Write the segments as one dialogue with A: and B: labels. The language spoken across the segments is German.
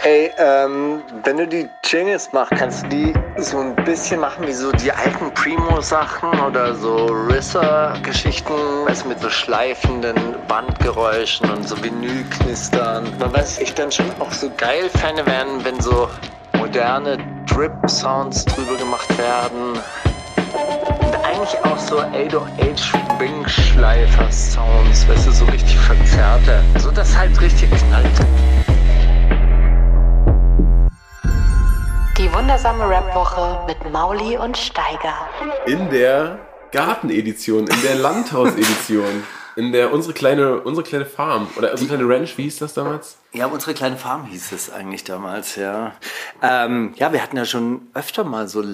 A: Ey, wenn du die Jingles machst, kannst du die so ein bisschen machen wie so die alten Primo-Sachen oder so RZA-Geschichten, weißt du, mit so schleifenden Bandgeräuschen und so Vinylknistern. Was ich dann schon auch so geil fände, wären, wenn so moderne Drip-Sounds drüber gemacht werden. Und eigentlich auch so 808-Wing-Schleifer-Sounds, weißt du, so richtig verzerrte. So dass halt richtig knallt.
B: Die wundersame Rap-Woche mit Mauli und Steiger.
C: In der Gartenedition, in der Landhausedition, in der unsere kleine Farm oder unsere kleine Ranch, wie hieß das damals?
D: Ja, unsere kleine Farm hieß es eigentlich damals, ja. Ja, wir hatten ja schon öfter mal so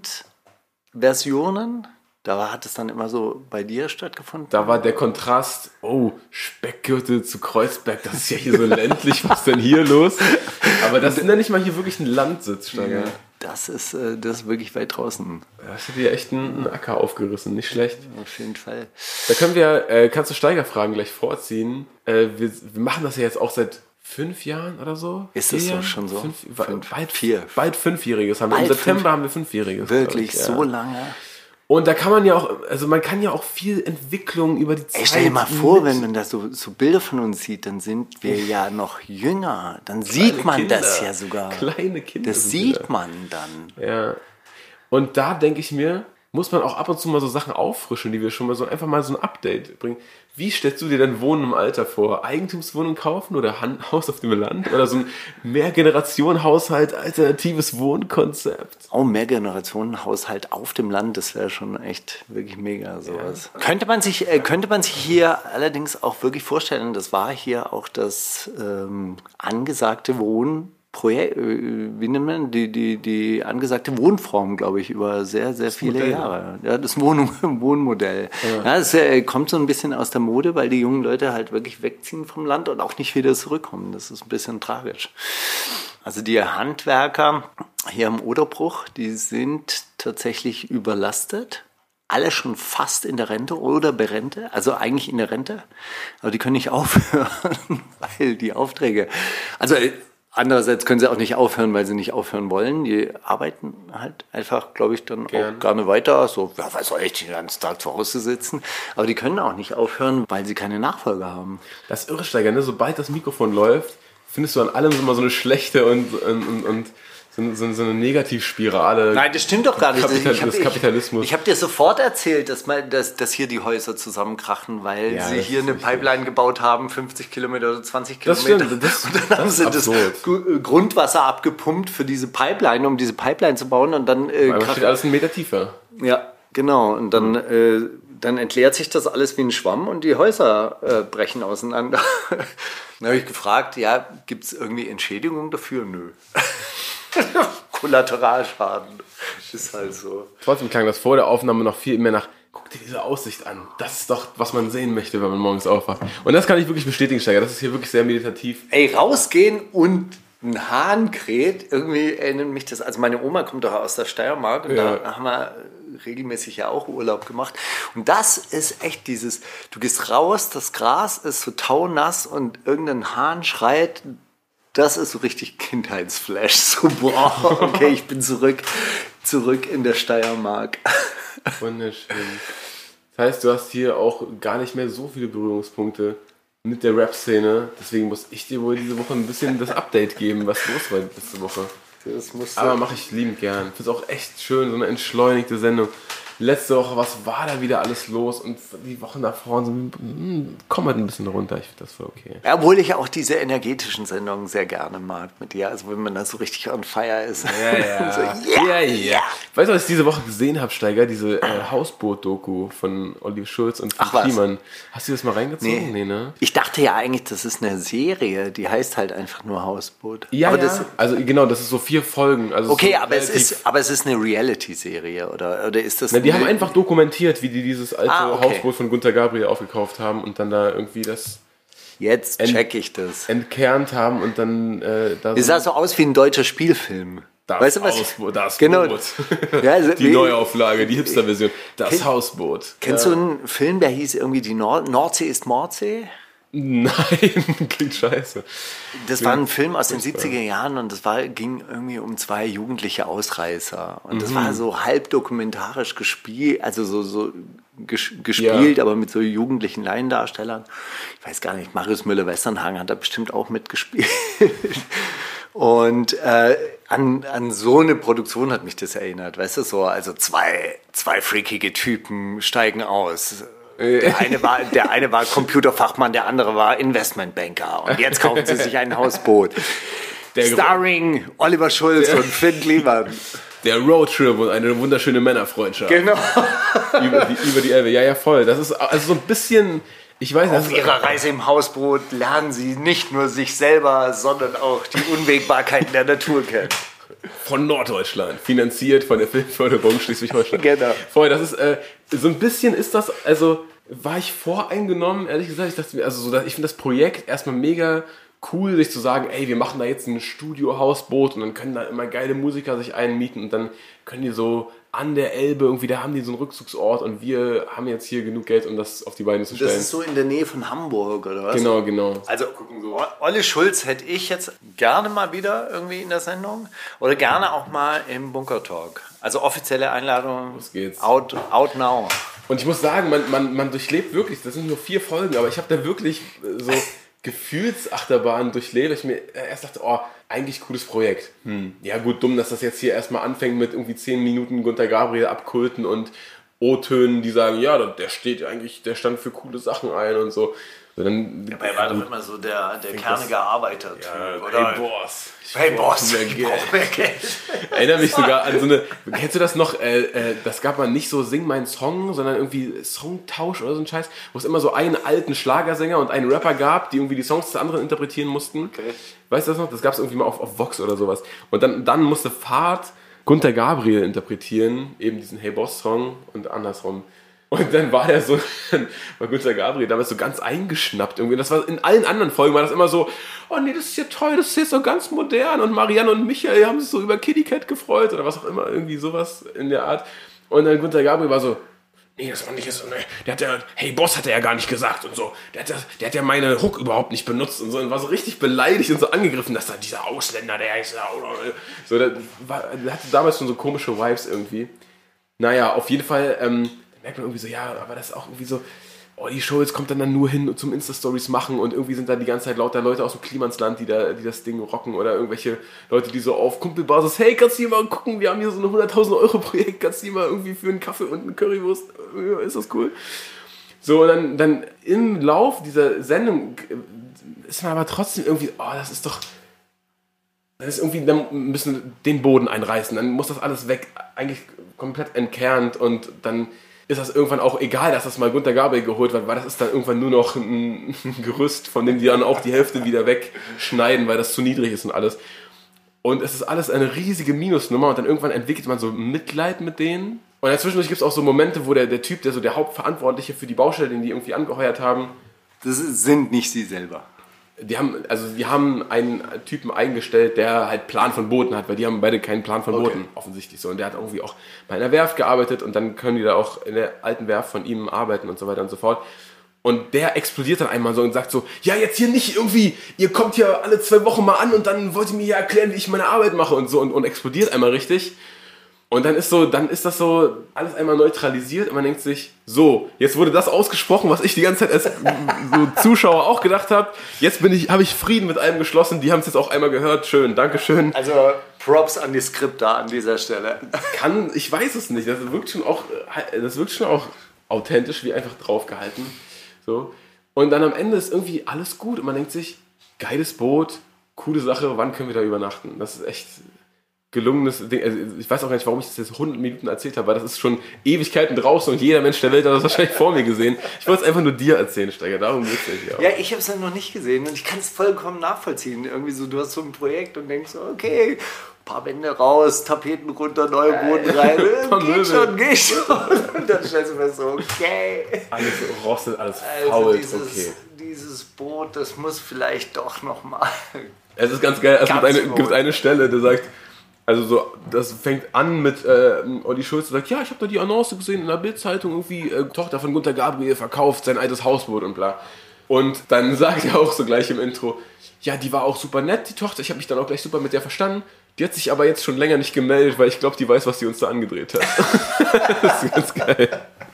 D: Landversionen. Da hat es dann immer so bei dir stattgefunden.
C: Da war der Kontrast, Speckgürtel zu Kreuzberg, das ist ja hier so ländlich, was ist denn hier los? Aber das ist ja nicht mal hier wirklich ein Landsitz, Steiger.
D: Ja, das ist wirklich weit draußen.
C: Das hat dir echt einen Acker aufgerissen, nicht schlecht.
D: Auf jeden Fall.
C: Da können wir, kannst du Steiger-Fragen gleich vorziehen. Wir machen das ja jetzt auch seit 5 Jahren oder so.
D: Ist das so schon so?
C: Bald Fünfjähriges haben wir. Im September haben wir Fünfjähriges.
D: Wirklich, so lange?
C: Und da kann man ja auch, also man kann ja auch viel Entwicklung über die Zeit.
D: Ey, stell dir mal vor, wenn man da so Bilder von uns sieht, dann sind wir ja noch jünger. Dann sieht man das ja sogar.
C: Kleine Kinder.
D: Das sieht man dann.
C: Ja. Und da denke ich mir, muss man auch ab und zu mal so Sachen auffrischen, die wir schon mal so einfach mal so ein Update bringen. Wie stellst du dir denn Wohnen im Alter vor? Eigentumswohnung kaufen oder Haus auf dem Land? Oder so ein Mehrgenerationenhaushalt, alternatives Wohnkonzept?
D: Mehrgenerationenhaushalt auf dem Land, das wäre schon echt wirklich mega sowas. Ja. Könnte man sich hier allerdings auch wirklich vorstellen, das war hier auch das angesagte Wohnprojekt, wie nennt man die angesagte Wohnform, glaube ich, über sehr, sehr viele
C: Modell.
D: Jahre. Ja, das Wohnmodell. Ja. Das kommt so ein bisschen aus der Mode, weil die jungen Leute halt wirklich wegziehen vom Land und auch nicht wieder zurückkommen. Das ist ein bisschen tragisch. Also die Handwerker hier am Oderbruch, die sind tatsächlich überlastet. Alle schon fast in der Rente oder Berente, also eigentlich in der Rente. Aber die können nicht aufhören, weil die Aufträge... Also andererseits können sie auch nicht aufhören, weil sie nicht aufhören wollen. Die arbeiten halt einfach, glaube ich, dann auch gerne weiter. So, was soll ich den ganzen Tag zu Hause sitzen? Aber die können auch nicht aufhören, weil sie keine Nachfolger haben.
C: Das ist irre, Steiger, ne? Sobald das Mikrofon läuft, findest du an allem immer so eine schlechte und so eine Negativspirale.
D: Nein, das stimmt doch gar nicht.
C: Des Kapitalismus.
D: Ich habe dir sofort erzählt, dass hier die Häuser zusammenkrachen, weil sie hier eine Pipeline gebaut haben, 50 Kilometer oder 20 Kilometer.
C: Und
D: dann haben sie das Grundwasser abgepumpt für diese Pipeline, um diese Pipeline zu bauen. Und dann
C: steht alles einen Meter tiefer.
D: Ja, genau. Und dann entleert sich das alles wie ein Schwamm und die Häuser brechen auseinander. Dann habe ich gefragt, gibt es irgendwie Entschädigung dafür? Nö. Kollateralschaden. Ist halt so.
C: Trotzdem klang das vor der Aufnahme noch viel mehr nach, guck dir diese Aussicht an. Das ist doch, was man sehen möchte, wenn man morgens aufwacht. Und das kann ich wirklich bestätigen, Steiger. Das ist hier wirklich sehr meditativ.
D: Ey, rausgehen und ein Hahn kräht. Irgendwie erinnert mich das. Also meine Oma kommt doch aus der Steiermark und da haben wir regelmäßig ja auch Urlaub gemacht. Und das ist echt dieses, du gehst raus, das Gras ist so taunass und irgendein Hahn schreit. Das ist so richtig Kindheitsflash. So, boah, okay, ich bin zurück in der Steiermark.
C: Wunderschön. Das heißt, du hast hier auch gar nicht mehr so viele Berührungspunkte mit der Rap-Szene. Deswegen muss ich dir wohl diese Woche ein bisschen das Update geben, was los war letzte Woche. Aber mache ich liebend gern. Ich finde es auch echt schön, so eine entschleunigte Sendung. Letzte Woche, was war da wieder alles los? Und die Wochen davor, komm halt ein bisschen runter. Ich finde das voll okay.
D: Ja, obwohl ich auch diese energetischen Sendungen sehr gerne mag mit dir. Also wenn man da so richtig on fire ist.
C: Ja.
D: So,
C: ja. Weißt du, was ich diese Woche gesehen habe, Steiger? Diese Hausboot-Doku von Olli Schulz und Finn Kliman. Hast du das mal reingezogen? Nee, ne?
D: Ich dachte ja eigentlich, das ist eine Serie. Die heißt halt einfach nur Hausboot.
C: Ja, aber also genau, das ist so 4 Folgen. Also
D: okay,
C: so
D: aber es ist eine Reality-Serie, oder ist das...
C: Die haben einfach dokumentiert, wie die dieses alte Hausboot von Gunther Gabriel aufgekauft haben und dann da irgendwie das...
D: Jetzt check ich das.
C: Entkernt haben und dann...
D: Es sah so aus wie ein deutscher Spielfilm.
C: Das Hausboot.
D: Ja, also
C: die Neuauflage, die Hipster-Version. Das Hausboot.
D: Kennst du einen Film, der hieß irgendwie die Nordsee ist Mordsee?
C: Nein, klingt scheiße.
D: Das war ein Film aus den 70er Jahren und ging irgendwie um 2 jugendliche Ausreißer. Und das war so halb dokumentarisch gespielt, also so gespielt, aber mit so jugendlichen Laiendarstellern. Ich weiß gar nicht, Marius Müller-Westernhagen hat da bestimmt auch mitgespielt. Und an so eine Produktion hat mich das erinnert, weißt du, so, also zwei freakige Typen steigen aus. Der eine war Computerfachmann, der andere war Investmentbanker. Und jetzt kaufen sie sich ein Hausboot. Starring Oliver Schulz und Finn Kliman.
C: Der Roadtrip und eine wunderschöne Männerfreundschaft.
D: Genau.
C: über die Elbe. Ja, voll. Das ist also so ein bisschen... Ich weiß,
D: auf ihrer Reise im Hausboot lernen sie nicht nur sich selber, sondern auch die Unwägbarkeiten der Natur kennen.
C: Von Norddeutschland, finanziert von der Filmförderung Schleswig-Holstein.
D: Genau.
C: Voll, das ist, so ein bisschen ist das, also war ich voreingenommen, ehrlich gesagt, ich dachte mir, ich finde das Projekt erstmal mega cool, sich zu sagen, ey, wir machen da jetzt ein Studio-Hausboot und dann können da immer geile Musiker sich einmieten und dann können die so an der Elbe irgendwie, da haben die so einen Rückzugsort und wir haben jetzt hier genug Geld, um das auf die Beine zu stellen.
D: Das ist so in der Nähe von Hamburg, oder was?
C: Genau.
D: Also, Olli Schulz hätte ich jetzt gerne mal wieder irgendwie in der Sendung oder gerne auch mal im Bunker Talk. Also offizielle Einladung.
C: Los geht's.
D: Out now.
C: Und ich muss sagen, man durchlebt wirklich, das sind nur 4 Folgen, aber ich habe da wirklich so Gefühlsachterbahn durchlebt, dass ich mir erst dachte, oh, eigentlich cooles Projekt. Ja gut, dumm, dass das jetzt hier erstmal anfängt mit irgendwie 10 Minuten Günter Gabriel abkulten und O-Tönen, die sagen, ja, der stand für coole Sachen ein und so. Dann,
D: aber er war doch immer so der kernige Arbeiter-Typ,
C: ja,
D: oder?
C: Hey Boss,
D: ich brauch mehr Geld.
C: Erinnere mich sogar an so eine, kennst du das noch, das gab man nicht so Sing mein Song, sondern irgendwie Songtausch oder so ein Scheiß, wo es immer so einen alten Schlagersänger und einen Rapper gab, die irgendwie die Songs des anderen interpretieren mussten. Okay. Weißt du das noch? Das gab es irgendwie mal auf Vox oder sowas. Und dann musste Fahrt Günter Gabriel interpretieren, eben diesen Hey Boss Song und andersrum. Und dann war Günter Gabriel damals so ganz eingeschnappt irgendwie. Das war in allen anderen Folgen war das immer so, oh nee, das ist ja toll, das ist jetzt so ganz modern und Marianne und Michael haben sich so über Kitty Cat gefreut oder was auch immer, irgendwie sowas in der Art. Und dann Günter Gabriel war so, nee, das war nicht so, nee, Hey Boss hat er ja gar nicht gesagt und so. Der hat ja meine Hook überhaupt nicht benutzt und so und war so richtig beleidigt und so angegriffen, dass da dieser Ausländer, der ist ja, so, der hatte damals schon so komische Vibes irgendwie. Naja, auf jeden Fall, merkt man irgendwie so, ja, aber das ist auch irgendwie so, Olli Schulz kommt dann nur hin zum Insta-Stories machen und irgendwie sind da die ganze Zeit lauter Leute aus dem Klimansland, die das Ding rocken oder irgendwelche Leute, die so auf Kumpelbasis, hey, kannst du hier mal gucken, wir haben hier so ein 100.000 Euro Projekt, kannst du hier mal irgendwie für einen Kaffee und eine Currywurst, ist das cool? So, und dann im Lauf dieser Sendung ist man aber trotzdem irgendwie, dann müssen wir den Boden einreißen, dann muss das alles weg, eigentlich komplett entkernt und dann ist das irgendwann auch egal, dass das mal Günter Gabriel geholt wird, weil das ist dann irgendwann nur noch ein Gerüst, von dem die dann auch die Hälfte wieder wegschneiden, weil das zu niedrig ist und alles. Und es ist alles eine riesige Minusnummer und dann irgendwann entwickelt man so Mitleid mit denen. Und dazwischendurch gibt es auch so Momente, wo der Typ, der so der Hauptverantwortliche für die Baustelle, den die irgendwie angeheuert haben,
D: das sind nicht sie selber.
C: Die haben einen Typen eingestellt, der halt Plan von Booten hat, weil die haben beide keinen Plan von Booten, offensichtlich so. Und der hat irgendwie auch bei einer Werft gearbeitet und dann können die da auch in der alten Werft von ihm arbeiten und so weiter und so fort. Und der explodiert dann einmal so und sagt so, ja, jetzt hier nicht irgendwie, ihr kommt hier alle 2 Wochen mal an und dann wollt ihr mir ja erklären, wie ich meine Arbeit mache und so und explodiert einmal richtig. Und dann ist das so alles einmal neutralisiert und man denkt sich, so, jetzt wurde das ausgesprochen, was ich die ganze Zeit als so Zuschauer auch gedacht habe. Jetzt habe ich Frieden mit allem geschlossen, die haben es jetzt auch einmal gehört. Schön, Dankeschön.
D: Also Props an die Skripter an dieser Stelle.
C: Ich weiß es nicht, das wirkt schon auch authentisch, wie einfach draufgehalten. So. Und dann am Ende ist irgendwie alles gut und man denkt sich, geiles Boot, coole Sache, wann können wir da übernachten? Das ist echt gelungenes Ding. Also ich weiß auch gar nicht, warum ich das jetzt 100 Minuten erzählt habe, weil das ist schon Ewigkeiten draußen und jeder Mensch der Welt hat das wahrscheinlich vor mir gesehen. Ich wollte es einfach nur dir erzählen, Steiger, darum geht es ja.
D: Ja, ich habe es dann noch nicht gesehen und ich kann es vollkommen nachvollziehen. Irgendwie so, du hast so ein Projekt und denkst so, okay, ein paar Wände raus, Tapeten runter, neue Boden rein, geht schon. Und dann stellst du fest so, okay.
C: Alles rostet, alles fault, okay.
D: Dieses Boot, das muss vielleicht doch nochmal.
C: Es ist ganz geil, es gibt eine Stelle, der sagt, also so, das fängt an mit Olli Schulz, der sagt, ja, ich habe da die Annonce gesehen in der Bild-Zeitung, irgendwie Tochter von Günter Gabriel verkauft sein altes Hausboot und bla. Und dann sagt er auch so gleich im Intro, ja, die war auch super nett, die Tochter. Ich habe mich dann auch gleich super mit der verstanden. Die hat sich aber jetzt schon länger nicht gemeldet, weil ich glaube, die weiß, was sie uns da angedreht hat. Das ist ganz geil.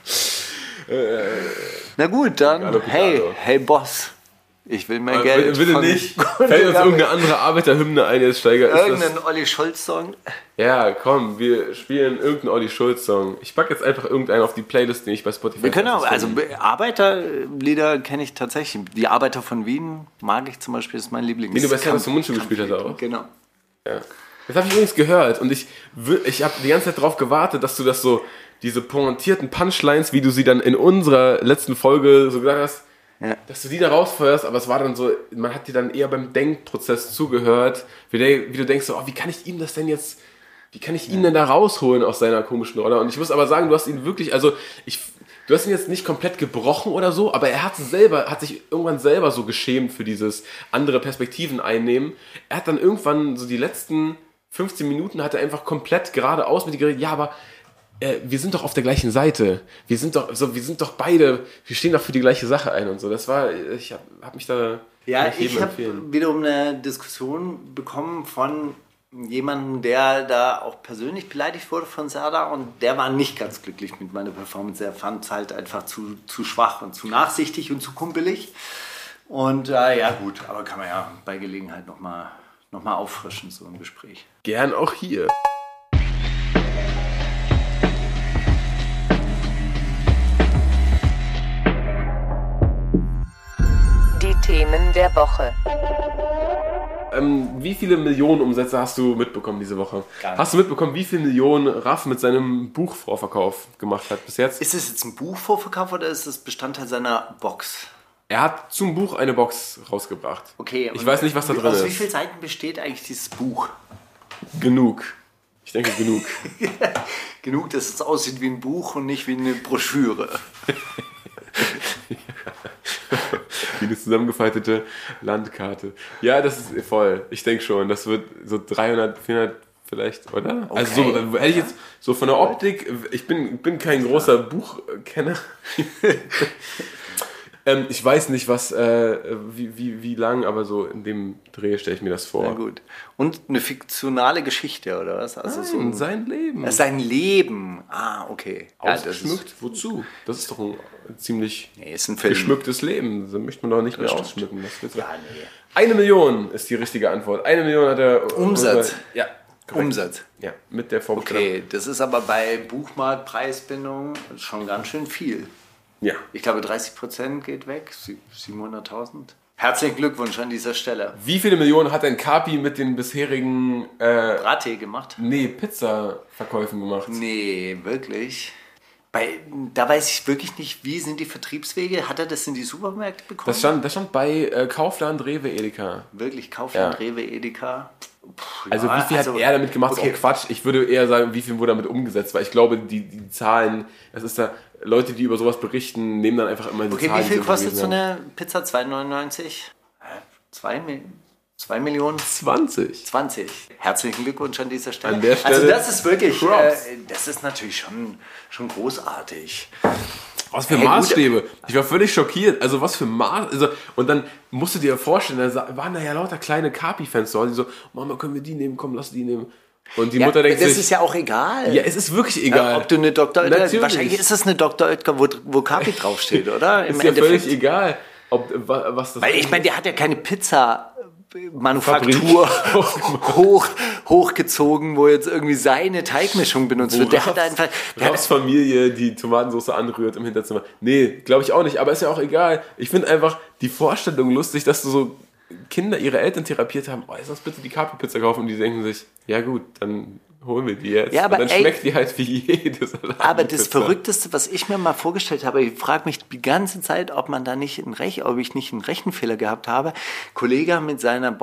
D: Na gut, dann, hey Boss, ich will mein Geld.
C: Bitte nicht. Fällt uns irgendeine andere Arbeiterhymne ein, jetzt Steiger.
D: Irgendein Olli Schulz-Song?
C: Ja, komm, wir spielen irgendeinen Olli Schulz-Song. Ich packe jetzt einfach irgendeinen auf die Playlist, den ich bei Spotify...
D: Wir können auch, also Arbeiterlieder kenne ich tatsächlich. Die Arbeiter von Wien mag ich zum Beispiel, das ist mein Lieblings.
C: Den du bei Servus zum Mundschuh gespielt hast auch.
D: Genau.
C: Ja. Das habe ich übrigens gehört und ich habe die ganze Zeit darauf gewartet, dass du das so, diese pointierten Punchlines, wie du sie dann in unserer letzten Folge so gesagt hast, dass du die da rausfeuerst, aber es war dann so, man hat dir dann eher beim Denkprozess zugehört, wie du denkst so, wie kann ich ihm das denn jetzt, wie kann ich ihn denn da rausholen aus seiner komischen Rolle? Und ich muss aber sagen, du hast ihn wirklich, du hast ihn jetzt nicht komplett gebrochen oder so, aber er hat sich irgendwann selber so geschämt für dieses andere Perspektiven einnehmen. Er hat dann irgendwann so die letzten 15 Minuten hat er einfach komplett geradeaus mit dir geredet, ja, aber wir sind doch auf der gleichen Seite. Wir sind doch beide, wir stehen doch für die gleiche Sache ein und so. Das war, ich hab mich da...
D: Ja, ich habe wiederum eine Diskussion bekommen von jemandem, der da auch persönlich beleidigt wurde von Serdar und der war nicht ganz glücklich mit meiner Performance. Er fand es halt einfach zu schwach und zu nachsichtig und zu kumpelig. Und ja gut, aber kann man ja bei Gelegenheit noch mal auffrischen, so im Gespräch.
C: Gern auch hier.
B: Die Themen der Woche.
C: Wie viele Millionen Umsätze hast du mitbekommen diese Woche? Hast du mitbekommen, wie viele Millionen Raff mit seinem Buchvorverkauf gemacht hat bis jetzt?
D: Ist es jetzt ein Buchvorverkauf oder ist es Bestandteil seiner Box?
C: Er hat zum Buch eine Box rausgebracht.
D: Okay.
C: Ich weiß nicht, was da drin ist.
D: Aus wie vielen Seiten besteht eigentlich dieses Buch?
C: Genug. Ich denke, genug.
D: Genug, dass es aussieht wie ein Buch und nicht wie eine Broschüre.
C: Wie eine zusammengefaltete Landkarte. Ja, das ist voll. Ich denke schon, das wird so 300, 400 vielleicht, oder? Okay. Also so, hätte ich jetzt so von der Optik, ich bin kein großer Buchkenner. Ich weiß nicht, wie lang, aber so in dem Dreh stelle ich mir das vor.
D: Na gut. Und eine fiktionale Geschichte, oder was? Also
C: Nein, sein Leben.
D: Sein Leben. Okay.
C: Ausgeschmückt? Wozu? Das ist doch ein ziemlich
D: ist ein Film.
C: Geschmücktes Leben. So möchte man doch nicht mehr ausschmücken.
D: Ja,
C: 1 Million ist die richtige Antwort. 1 Million hat er...
D: Umsatz.
C: Ja. Korrekt.
D: Umsatz.
C: Ja, mit der Vorbestellung.
D: Okay, das ist aber bei Buchmarktpreisbindung schon ganz schön viel.
C: Ja.
D: Ich glaube, 30% geht weg, 700.000. Herzlichen Glückwunsch an dieser Stelle.
C: Wie viele Millionen hat denn Kapi mit den bisherigen...
D: Brattee gemacht?
C: Nee, Pizza-Verkäufen gemacht.
D: Nee, wirklich? Da weiß ich wirklich nicht, wie sind die Vertriebswege? Hat er das in die Supermärkte bekommen?
C: Das stand bei Kaufland, Rewe, Edeka.
D: Wirklich? Kaufland, Rewe, Edeka?
C: Also wie viel hat er damit gemacht? Okay. Ist auch Quatsch. Ich würde eher sagen, wie viel wurde damit umgesetzt, weil ich glaube, die Zahlen, das ist da, Leute, die über sowas berichten, nehmen dann einfach immer die Zahlen.
D: Okay, wie viel kostet so eine Pizza? 2,99? 2 Millionen?
C: 20.
D: Herzlichen Glückwunsch an dieser Stelle.
C: An der Stelle
D: also das ist wirklich, das ist natürlich schon großartig.
C: Was für Maßstäbe. Ich war völlig schockiert. Also was für Maßstäbe. Und dann musst du dir vorstellen, da waren da ja lauter kleine Kapi-Fans so, die so, Mama, können wir die nehmen? Komm, lass die nehmen. Und die Mutter denkt
D: das
C: sich...
D: ist ja auch egal.
C: Ja, es ist wirklich egal.
D: Ob du eine Dr. Oetker... Wahrscheinlich ist es eine Dr. Oetker, wo Kapi draufsteht, oder?
C: Ist ja völlig egal, was das
D: Weil ich meine, der hat ja keine Pizza-Manufaktur hochgezogen, wo jetzt irgendwie seine Teigmischung benutzt wird. Der hat einfach...
C: Raffs Familie die Tomatensauce anrührt im Hinterzimmer. Nee, glaube ich auch nicht, aber ist ja auch egal. Ich finde einfach die Vorstellung lustig, dass du so Kinder ihre Eltern therapiert haben, lass uns bitte die Kapi-Pizza kaufen und die denken sich, ja gut, dann holen wir die jetzt.
D: Ja, aber
C: und dann schmeckt die halt wie jede Salatpizza.
D: Aber das Verrückteste, was ich mir mal vorgestellt habe, ich frage mich die ganze Zeit, ob ich nicht einen Rechenfehler gehabt habe. Kollege mit seiner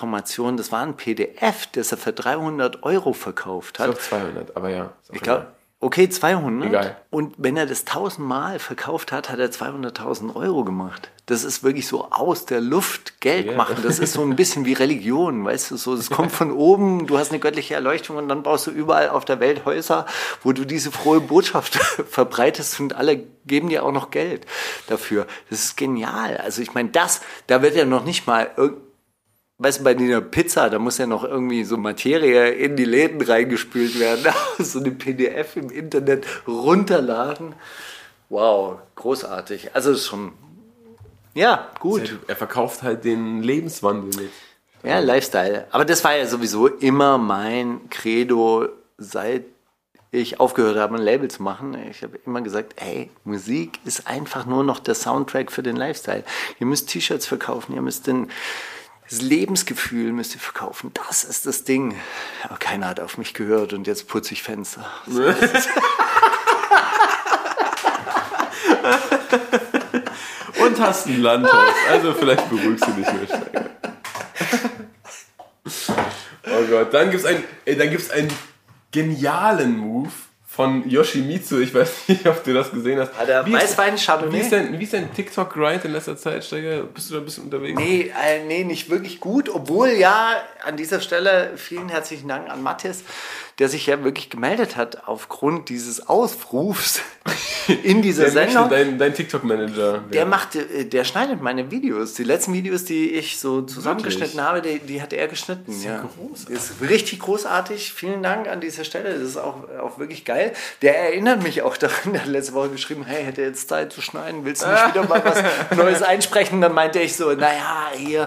D: Boss-Transformation, das war ein PDF, das er für 300 € verkauft hat.
C: Ich glaube 200, aber ja.
D: Ich glaube, Okay, 200.
C: Egal.
D: Und wenn er das 1000-mal verkauft hat, hat er 200.000 Euro gemacht. Das ist wirklich so aus der Luft Geld machen. Das ist so ein bisschen wie Religion, weißt du, so. Das kommt von oben, du hast eine göttliche Erleuchtung und dann baust du überall auf der Welt Häuser, wo du diese frohe Botschaft verbreitest und alle geben dir auch noch Geld dafür. Das ist genial. Also ich meine, da wird ja noch nicht mal weißt du, bei einer Pizza, da muss ja noch irgendwie so Materie in die Läden reingespült werden. So eine PDF im Internet runterladen. Wow, großartig. Also ist schon, ja, gut.
C: Er verkauft halt den Lebenswandel mit.
D: Ja, Lifestyle. Aber das war ja sowieso immer mein Credo, seit ich aufgehört habe, ein Label zu machen. Ich habe immer gesagt, hey, Musik ist einfach nur noch der Soundtrack für den Lifestyle. Ihr müsst T-Shirts verkaufen, ihr müsst das Lebensgefühl müsst ihr verkaufen. Das ist das Ding. Aber keiner hat auf mich gehört und jetzt putze ich Fenster. So.
C: Und hast ein Landhaus. Also vielleicht beruhigst du dich mehr, Steiger. Oh Gott, dann gibt's einen genialen Move von Yoshimitsu. Ich weiß nicht, ob du das gesehen hast.
D: Weißwein, Chardonnay.
C: Wie ist dein TikTok-Grind in letzter Zeit, Steiger? Bist du da ein bisschen unterwegs?
D: Nee, nicht wirklich gut. Obwohl, ja, an dieser Stelle vielen herzlichen Dank an Matthias, der sich ja wirklich gemeldet hat aufgrund dieses Ausrufs in dieser Sendung.
C: Dein TikTok-Manager.
D: Der schneidet meine Videos. Die letzten Videos, die ich so zusammengeschnitten habe, die hat er geschnitten. Das ist ja großartig. Ist richtig großartig. Vielen Dank an dieser Stelle. Das ist auch wirklich geil. Der erinnert mich auch daran, der hat letzte Woche geschrieben, hey, hätte jetzt Zeit zu schneiden, willst du nicht wieder mal was Neues einsprechen? Dann meinte ich so, naja,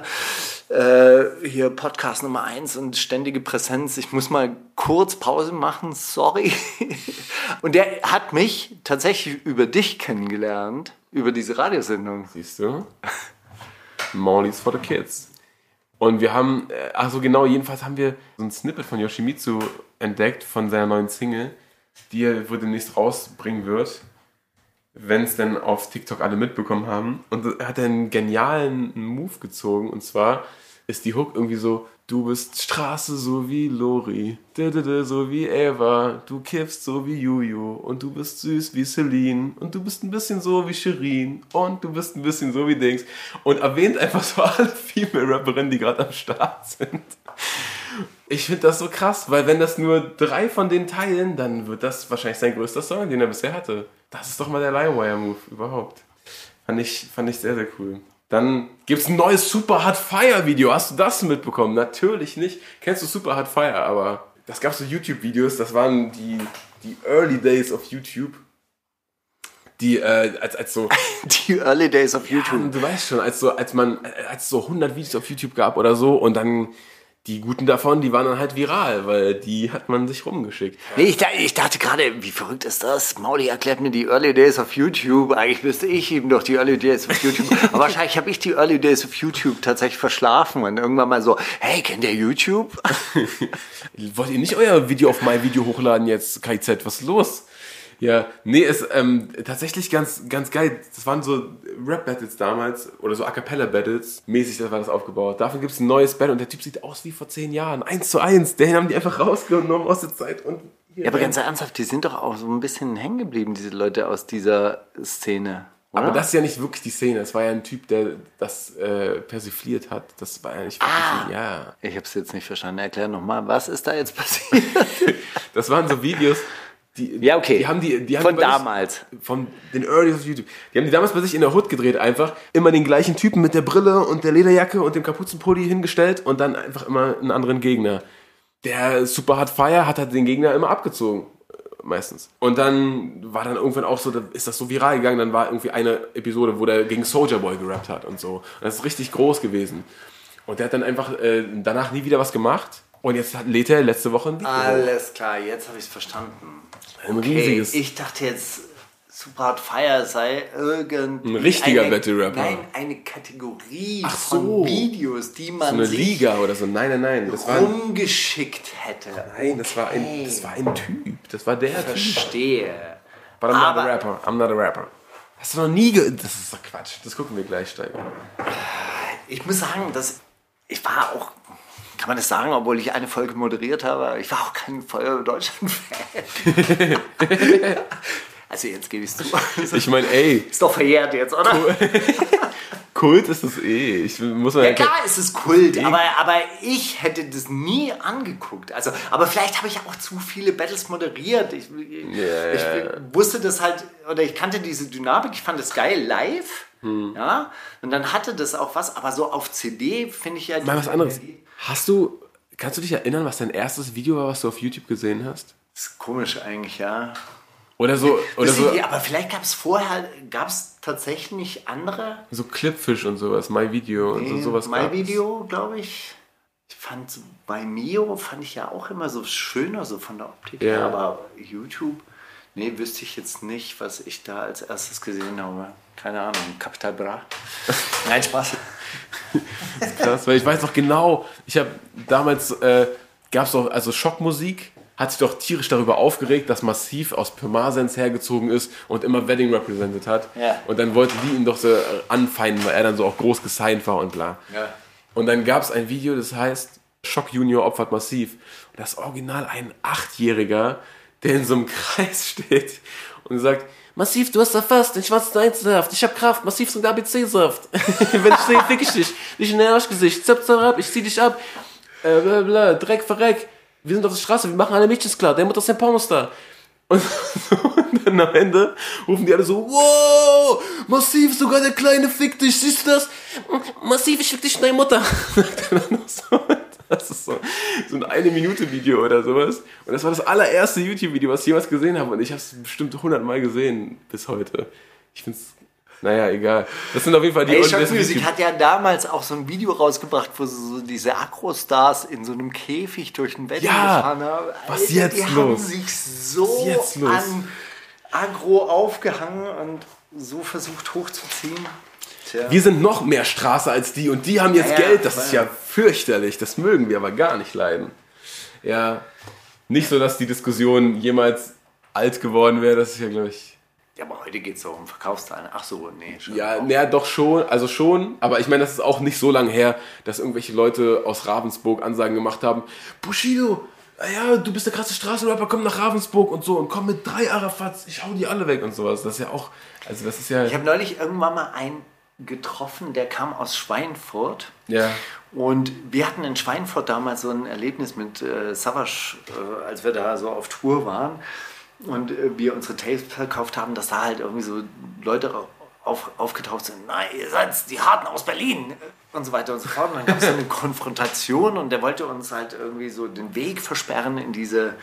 D: hier Podcast Nummer 1 und ständige Präsenz. Ich muss mal kurz Pause machen, sorry. Und der hat mich tatsächlich über dich kennengelernt, über diese Radiosendung.
C: Siehst du? Mauli's for the Kids. Und wir haben, jedenfalls haben wir so ein Snippet von Yoshimitsu entdeckt von seiner neuen Single, die er wohl demnächst rausbringen wird, wenn es denn auf TikTok alle mitbekommen haben. Und er hat einen genialen Move gezogen. Und zwar ist die Hook irgendwie so, du bist Straße so wie Lori, so wie Eva, du kiffst so wie Juju und du bist süß wie Celine und du bist ein bisschen so wie Shirin und du bist ein bisschen so wie Dings. Und erwähnt einfach so alle Female-Rapperinnen, die gerade am Start sind. Ich finde das so krass, weil wenn das nur 3 von denen teilen, dann wird das wahrscheinlich sein größter Song, den er bisher hatte. Das ist doch mal der LimeWire-Move überhaupt. Fand ich sehr, sehr cool. Dann gibt es ein neues Super Hot Fire Video. Hast du das mitbekommen? Natürlich nicht. Kennst du Super Hot Fire? Aber das gab so YouTube-Videos. Das waren die Early Days of YouTube. Die als so
D: die Early Days of YouTube.
C: Ja, du weißt schon, als es so 100 Videos auf YouTube gab oder so und dann die guten davon, die waren dann halt viral, weil die hat man sich rumgeschickt.
D: Nee, ich dachte gerade, wie verrückt ist das? Mauli erklärt mir die Early Days of YouTube. Eigentlich müsste ich ihm doch die Early Days of YouTube. Aber wahrscheinlich habe ich die Early Days of YouTube tatsächlich verschlafen und irgendwann mal so, hey, kennt ihr YouTube?
C: Wollt ihr nicht euer Video auf mein Video hochladen jetzt, KZ? Was ist los? Ja, nee, ist tatsächlich ganz, ganz geil. Das waren so Rap-Battles damals oder so A-Cappella-Battles. Mäßig, das war das aufgebaut. Dafür gibt es ein neues Battle und der Typ sieht aus wie vor 10 Jahren. 1:1. Den haben die einfach rausgenommen aus der Zeit. Und
D: ja, aber ganz ernsthaft, die sind doch auch so ein bisschen hängen geblieben, diese Leute aus dieser Szene. Oder?
C: Aber das ist ja nicht wirklich die Szene. Das war ja ein Typ, der das persifliert hat. Das war ja nicht wirklich... Ja.
D: Ich habe es jetzt nicht verstanden. Erklär nochmal, was ist da jetzt passiert?
C: Das waren so Videos... Die haben
D: von damals.
C: Von den Early of YouTube. Die haben die damals bei sich in der Hood gedreht einfach. Immer den gleichen Typen mit der Brille und der Lederjacke und dem Kapuzenpulli hingestellt und dann einfach immer einen anderen Gegner. Der Super Hot Fire hat halt den Gegner immer abgezogen. Meistens. Und dann war dann irgendwann auch so, da ist das so viral gegangen, dann war irgendwie eine Episode, wo der gegen Soulja Boy gerappt hat und so. Und das ist richtig groß gewesen. Und der hat dann einfach danach nie wieder was gemacht. Und jetzt lädt er letzte Woche ein Video.
D: Alles klar, jetzt habe ich es verstanden.
C: Ein riesiges.
D: Ich dachte jetzt, Super Hot Fire sei
C: ein richtiger Battle-Rapper.
D: Nein, eine Kategorie von Videos, die man
C: so eine
D: sich
C: Liga oder so. Nein. Das
D: rumgeschickt hätte.
C: Nein, das war ein Typ. Das war der
D: Verstehe.
C: Typ. But I'm not a rapper. Hast du noch nie das ist doch Quatsch. Das gucken wir gleich, Steiger.
D: Ich muss sagen, ich war auch Kann man das sagen, obwohl ich eine Folge moderiert habe? Ich war auch kein Feuerwehr Deutschland-Fan. Also jetzt gebe ich es zu.
C: Ich meine, ey.
D: Ist doch verjährt jetzt, oder?
C: Kult ist es eh.
D: Ja klar ist es Kult, aber ich hätte das nie angeguckt. Also, aber vielleicht habe ich auch zu viele Battles moderiert. Ich wusste das halt, oder ich kannte diese Dynamik, ich fand das geil live. Ja, und dann hatte das auch was, aber so auf CD finde ich ja...
C: Mal was anderes. Kannst du dich erinnern, was dein erstes Video war, was du auf YouTube gesehen hast?
D: Das ist komisch eigentlich, ja.
C: Oder so.
D: Aber vielleicht gab es tatsächlich andere.
C: So Clipfish und sowas, MyVideo und sowas.
D: MyVideo, glaube ich. Ich fand bei Mio fand ich ja auch immer so schöner, so von der Optik her. Aber YouTube, wüsste ich jetzt nicht, was ich da als erstes gesehen habe. Keine Ahnung, Capital Bra. Nein, Spaß.
C: Das ist krass, weil ich weiß noch genau, ich habe damals, gab es doch, also Schockmusik, hat sich doch tierisch darüber aufgeregt, dass Massiv aus Pirmasens hergezogen ist und immer Wedding represented hat. Ja. Und dann wollten die ihn doch so anfeinden, weil er dann so auch groß gesigned war und bla. Ja. Und dann gab es ein Video, das heißt Schock Junior opfert Massiv. Und das ist original ein 8-Jähriger, der in so einem Kreis steht und sagt, Massiv, du hast erfasst, den schwarzen Einzelsaft, ich hab Kraft, Massiv zum ABC-Saft. Wenn ich sehe, fick ich dich. Dich in den Arschgesicht, zap, ab, ich zieh dich ab. Blablabla, Dreck, verreck. Wir sind auf der Straße, wir machen alle Mädchens klar, der Mutter ist ein Pornostar. Und dann am Ende rufen die alle so, wow, Massiv, sogar der Kleine fickt dich, siehst du das? Massiv, ich fick dich in deine Mutter. Das ist so ein 1-Minute-Video oder sowas. Und das war das allererste YouTube-Video, was ich jemals gesehen habe. Und ich habe es bestimmt 100 Mal gesehen bis heute. Ich finde es, naja, egal. Das sind auf jeden Fall die
D: Schock Music hat ja damals auch so ein Video rausgebracht, wo so diese Agro-Stars in so einem Käfig durch den Wedding gefahren haben.
C: Was jetzt los?
D: Die haben sich so an Agro aufgehangen und so versucht hochzuziehen. Tja.
C: Wir sind noch mehr Straße als die und die haben jetzt Geld. Das ist ja fürchterlich. Das mögen wir aber gar nicht leiden. Ja, nicht so, dass die Diskussion jemals alt geworden wäre. Das ist ja, glaube ich...
D: Ja, aber heute geht es doch um Verkaufszahlen. Ach so, nee.
C: Schon ja, doch schon. Also schon. Aber ich meine, das ist auch nicht so lange her, dass irgendwelche Leute aus Ravensburg Ansagen gemacht haben. Bushido, ja, du bist der krasse Straßenrapper, komm nach Ravensburg und so. Und komm mit 3 Arafats, ich hau die alle weg und sowas. Das ist ja auch... Also das ist ja...
D: Ich habe neulich irgendwann mal einen getroffen, der kam aus Schweinfurt.
C: Ja.
D: Und wir hatten in Schweinfurt damals so ein Erlebnis mit Savage, als wir da so auf Tour waren. Und wir unsere Tapes verkauft haben, dass da halt irgendwie so Leute aufgetaucht sind. Nein, ihr seid die Harten aus Berlin und so weiter und so fort. Und dann gab es eine Konfrontation und der wollte uns halt irgendwie so den Weg versperren in diese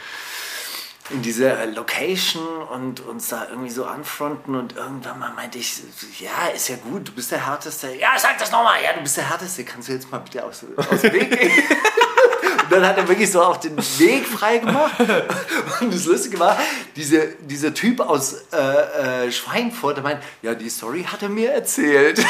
D: Location und uns da irgendwie so anfronten. Und irgendwann mal meinte ich, ja, ist ja gut, du bist der Härteste. Ja, sag das nochmal, ja, du bist der Härteste. Kannst du jetzt mal bitte aus dem Weg gehen? Und dann hat er wirklich so auch den Weg frei gemacht. Und das Lustige war, dieser Typ aus Schweinfurt, der meint, ja, die Story hat er mir erzählt.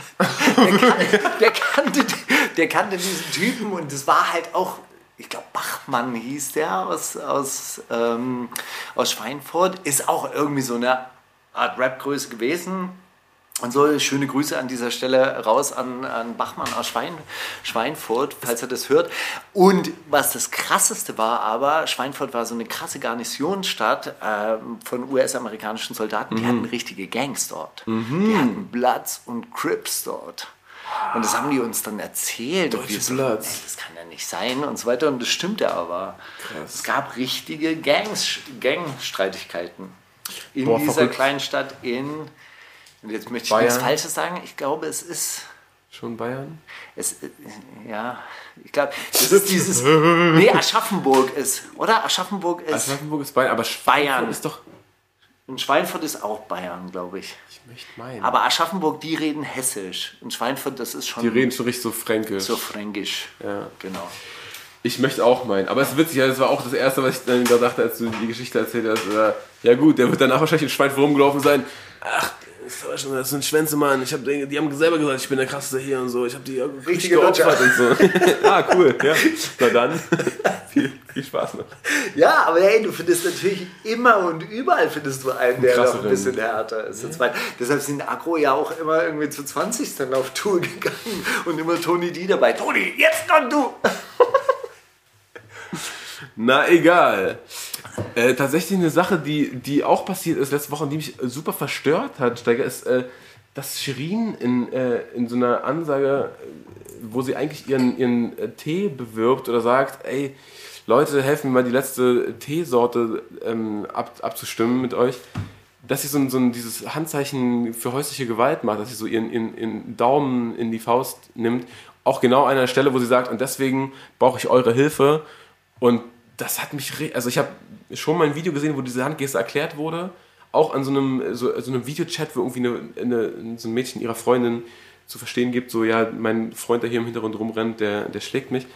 D: Der kannte diesen Typen und das war halt auch, ich glaube, Bachmann hieß der aus Schweinfurt, ist auch irgendwie so eine Art Rap-Größe gewesen. Und so schöne Grüße an dieser Stelle raus an Bachmann aus Schweinfurt, falls er das hört. Und was das Krasseste war aber, Schweinfurt war so eine krasse Garnisonsstadt von US-amerikanischen Soldaten. Die hatten richtige Gangs dort. Die hatten Bloods und Crips dort. Und das haben die uns dann erzählt. Und wir so, das kann ja nicht sein und so weiter. Und das stimmte aber. Krass. Es gab richtige Gangstreitigkeiten in dieser verrückt. Kleinen Stadt in... Und jetzt möchte ich nichts Falsches sagen. Ich glaube, es ist...
C: Schon Bayern?
D: Ja, ich glaube, es ist dieses... Nee, Aschaffenburg ist... Oder? Aschaffenburg ist
C: Bayern, aber Bayern ist doch...
D: Und Schweinfurt ist auch Bayern, glaube ich.
C: Ich möchte meinen.
D: Aber Aschaffenburg, die reden Hessisch. Und Schweinfurt, das ist schon...
C: Die reden so richtig so Fränkisch.
D: So Fränkisch,
C: ja.
D: Genau.
C: Ich möchte auch meinen. Aber es ist witzig, das war auch das Erste, was ich dann dachte, als du die Geschichte erzählt hast. Ja gut, der wird danach wahrscheinlich in Schweinfurt rumgelaufen sein. Ach, das sind Schwänze, Mann. Die haben selber gesagt, ich bin der Krasseste hier und so. Ich habe die richtig geopfert und so. Cool. Ja. Na dann, viel Spaß noch.
D: Ja, aber hey, du findest natürlich immer und überall findest du einen, der noch ein bisschen härter ist. Ja. Deshalb sind Agro ja auch immer irgendwie zu 20 dann auf Tour gegangen und immer Tony D dabei. Toni, jetzt komm du!
C: Na egal. Tatsächlich eine Sache, die auch passiert ist letzte Woche und die mich super verstört hat, Steiger, ist, dass Shirin in so einer Ansage, wo sie eigentlich ihren Tee bewirbt oder sagt, ey, Leute, helfen mir mal die letzte Teesorte abzustimmen mit euch, dass sie so dieses Handzeichen für häusliche Gewalt macht, dass sie so ihren Daumen in die Faust nimmt, auch genau an einer Stelle, wo sie sagt, und deswegen brauche ich eure Hilfe. Und das hat mich, also ich habe schon mal ein Video gesehen, wo diese Handgeste erklärt wurde, auch an so einem Videochat, wo irgendwie so ein Mädchen ihrer Freundin zu verstehen gibt, so, ja, mein Freund, der hier im Hintergrund rumrennt, der schlägt mich.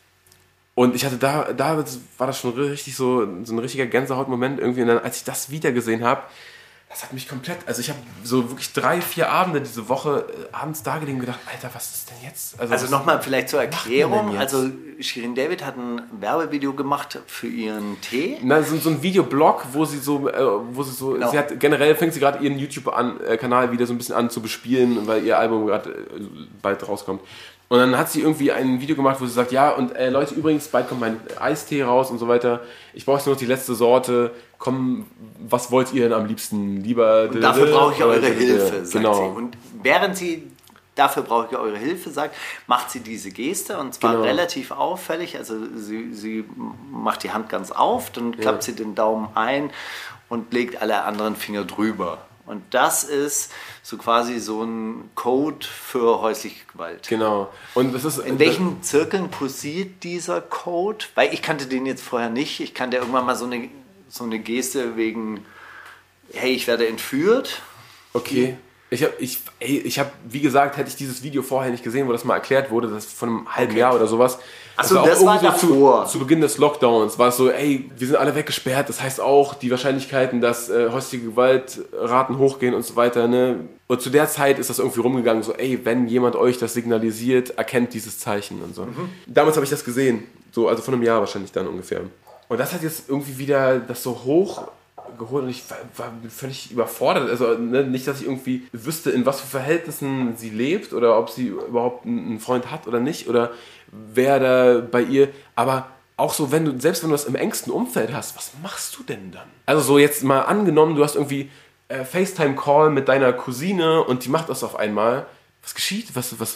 C: Und ich hatte da war das schon richtig so ein richtiger Gänsehautmoment irgendwie. Und dann, als ich das wieder gesehen habe, das hat mich komplett, also ich habe so wirklich 3-4 Abende diese Woche abends da gelegen und gedacht, Alter, was ist denn jetzt?
D: Also nochmal vielleicht zur Erklärung, also Shirin David hat ein Werbevideo gemacht für ihren Tee.
C: Na, so ein Videoblog, wo sie genau. Fängt sie gerade ihren YouTube-Kanal wieder so ein bisschen an zu bespielen, weil ihr Album gerade bald rauskommt. Und dann hat sie irgendwie ein Video gemacht, wo sie sagt, ja, und Leute, übrigens, bald kommt mein Eistee raus und so weiter. Ich brauche jetzt nur noch die letzte Sorte. Komm, was wollt ihr denn am liebsten? Lieber...
D: Und dafür brauche ich eure Hilfe, sagt
C: genau.
D: sie. Und während sie dafür brauche ich eure Hilfe sagt, macht sie diese Geste und zwar relativ auffällig. Also sie macht die Hand ganz auf, dann klappt sie den Daumen ein und legt alle anderen Finger drüber. Und das ist so quasi so ein Code für häusliche Gewalt.
C: Genau. Und das ist,
D: in welchen Zirkeln posiert dieser Code? Weil ich kannte den jetzt vorher nicht. Ich kannte irgendwann mal so eine Geste wegen, hey, ich werde entführt.
C: Okay. Ich hab, wie gesagt, hätte ich dieses Video vorher nicht gesehen, wo das mal erklärt wurde, das von einem halben Jahr oder sowas.
D: Achso, das war davor.
C: Zu Beginn des Lockdowns war es so, ey, wir sind alle weggesperrt, das heißt auch die Wahrscheinlichkeiten, dass häusliche Gewaltraten hochgehen und so weiter, ne? Und zu der Zeit ist das irgendwie rumgegangen, so, ey, wenn jemand euch das signalisiert, erkennt dieses Zeichen und so. Damals habe ich das gesehen, so, also vor einem Jahr wahrscheinlich dann ungefähr. Und das hat jetzt irgendwie wieder das so hoch geholt und ich war völlig überfordert. Also nicht, dass ich irgendwie wüsste, in was für Verhältnissen sie lebt oder ob sie überhaupt einen Freund hat oder nicht oder wer da bei ihr. Aber auch so, selbst wenn du das im engsten Umfeld hast, was machst du denn dann? Also so jetzt mal angenommen, du hast irgendwie FaceTime-Call mit deiner Cousine und die macht das auf einmal. Was geschieht?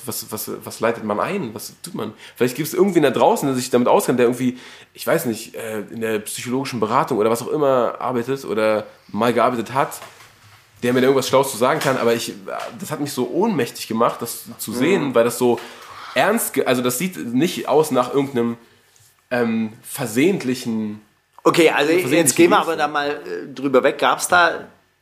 C: Was leitet man ein? Was tut man? Vielleicht gibt es irgendwen da draußen, der sich damit auskennt, der irgendwie, ich weiß nicht, in der psychologischen Beratung oder was auch immer arbeitet oder mal gearbeitet hat, der mir da irgendwas Schlaues zu sagen kann. Aber das hat mich so ohnmächtig gemacht, das zu sehen, weil das so also das sieht nicht aus nach irgendeinem versehentlichen...
D: Okay, also jetzt gehen wir aber da mal drüber weg. Gab es da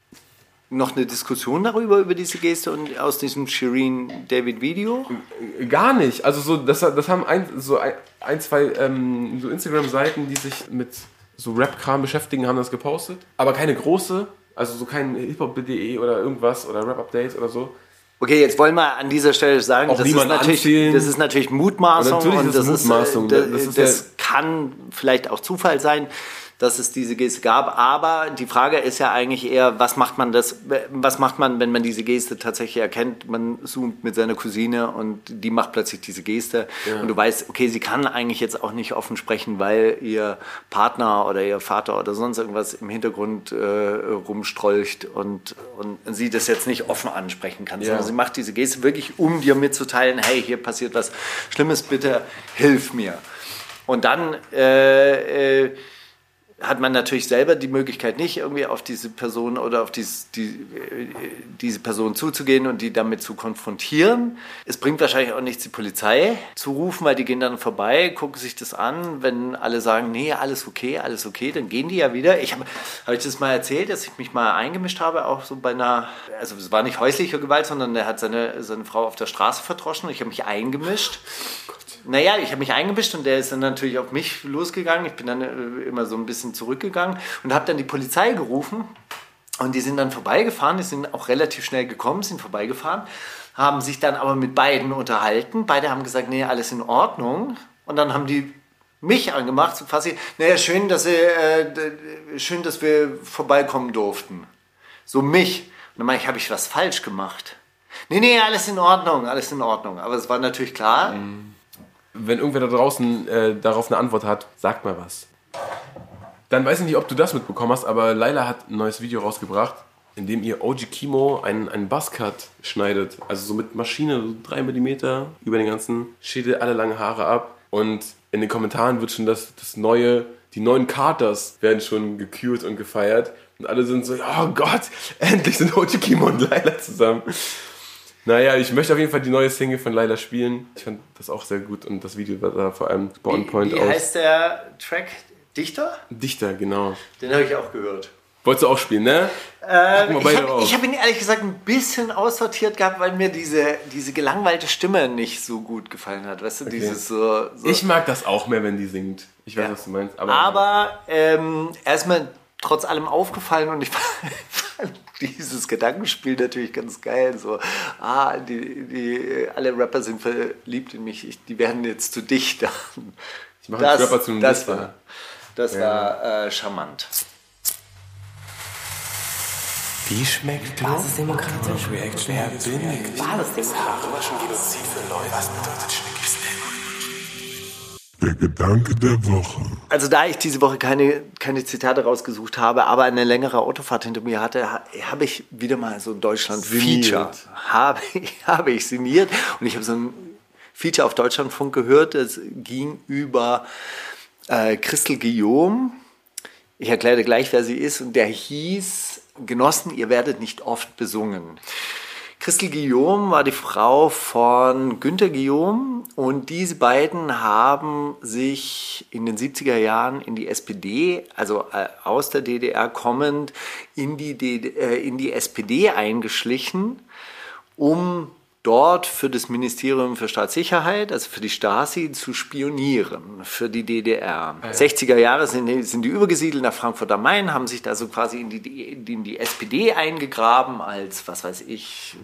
D: noch eine Diskussion darüber, über diese Geste und aus diesem Shirin David Video?
C: Gar nicht. Also so, das haben zwei so Instagram-Seiten, die sich mit so Rap-Kram beschäftigen, haben das gepostet. Aber keine große, also so kein hiphop.de oder irgendwas oder Rap-Update oder so.
D: Okay, jetzt wollen wir an dieser Stelle sagen, das ist natürlich Mutmaßung und das kann vielleicht auch Zufall sein, dass es diese Geste gab, aber die Frage ist ja eigentlich eher, was macht man, wenn man diese Geste tatsächlich erkennt? Man zoomt mit seiner Cousine und die macht plötzlich diese Geste und du weißt, okay, sie kann eigentlich jetzt auch nicht offen sprechen, weil ihr Partner oder ihr Vater oder sonst irgendwas im Hintergrund rumstrolcht und sie das jetzt nicht offen ansprechen kann, sondern sie macht diese Geste wirklich, um dir mitzuteilen, hey, hier passiert was Schlimmes, bitte hilf mir. Und dann hat man natürlich selber die Möglichkeit nicht, irgendwie auf diese Person oder auf diese Person zuzugehen und die damit zu konfrontieren. Es bringt wahrscheinlich auch nichts, die Polizei zu rufen, weil die gehen dann vorbei, gucken sich das an. Wenn alle sagen, nee, alles okay, dann gehen die ja wieder. Habe ich das mal erzählt, dass ich mich mal eingemischt habe, auch so bei also es war nicht häusliche Gewalt, sondern er hat seine Frau auf der Straße verdroschen und ich habe mich eingemischt. Naja, ich habe mich eingemischt und der ist dann natürlich auf mich losgegangen. Ich bin dann immer so ein bisschen zurückgegangen und habe dann die Polizei gerufen und die sind dann vorbeigefahren. Die sind auch relativ schnell gekommen, sind vorbeigefahren, haben sich dann aber mit beiden unterhalten. Beide haben gesagt, nee, alles in Ordnung. Und dann haben die mich angemacht, so quasi, naja, schön, dass wir vorbeikommen durften. So mich. Und dann meine ich, habe ich was falsch gemacht? Nee, alles in Ordnung. Aber es war natürlich klar...
C: Wenn irgendwer da draußen darauf eine Antwort hat, sagt mal was. Dann weiß ich nicht, ob du das mitbekommen hast, aber Laila hat ein neues Video rausgebracht, in dem ihr OG Kimo einen Buzzcut schneidet. Also so mit Maschine, so 3 mm über den ganzen Schädel, alle lange Haare ab. Und in den Kommentaren wird schon die neuen Carters werden schon gekürt und gefeiert. Und alle sind so, oh Gott, endlich sind OG Kimo und Laila zusammen. Naja, ich möchte auf jeden Fall die neue Single von Laila spielen. Ich fand das auch sehr gut und das Video war da vor allem on point aus.
D: Wie heißt der Track? Dichter?
C: Dichter, genau.
D: Den habe ich auch gehört.
C: Wolltest du auch spielen, ne?
D: Ich hab ihn ehrlich gesagt ein bisschen aussortiert gehabt, weil mir diese gelangweilte Stimme nicht so gut gefallen hat. Weißt du,
C: Okay.
D: dieses so...
C: Ich mag das auch mehr, wenn die singt. Ich weiß, was du meinst.
D: Aber er ist mir trotz allem aufgefallen und ich fand dieses Gedankenspiel natürlich ganz geil. So, alle Rapper sind verliebt in mich, die werden jetzt zu Dichtern.
C: Ich mache einen Rapper zu einem Dichter.
D: Das war charmant.
E: Wie schmeckt du?
B: Basisdemokratisch.
E: Reaction. Wer bin ich?
B: Basisdemokratisch.
E: Was schon Genozid für Leute? Was bedeutet Schnickis?
F: Der Gedanke der Woche.
D: Also da ich diese Woche keine Zitate rausgesucht habe, aber eine längere Autofahrt hinter mir hatte, habe ich wieder mal so ein Deutschland-Feature. Habe ich sinniert. Und ich habe so ein Feature auf Deutschlandfunk gehört. Es ging über Christel Guillaume. Ich erkläre gleich, wer sie ist. Und der hieß Genossen, ihr werdet nicht oft besungen. Christel Guillaume war die Frau von Günter Guillaume und diese beiden haben sich in den 70er Jahren in die SPD, also aus der DDR kommend, in die SPD eingeschlichen, um dort für das Ministerium für Staatssicherheit, also für die Stasi, zu spionieren, für die DDR. 60er Jahre sind die übergesiedelt nach Frankfurt am Main, haben sich da so quasi in die SPD eingegraben, als, was weiß ich,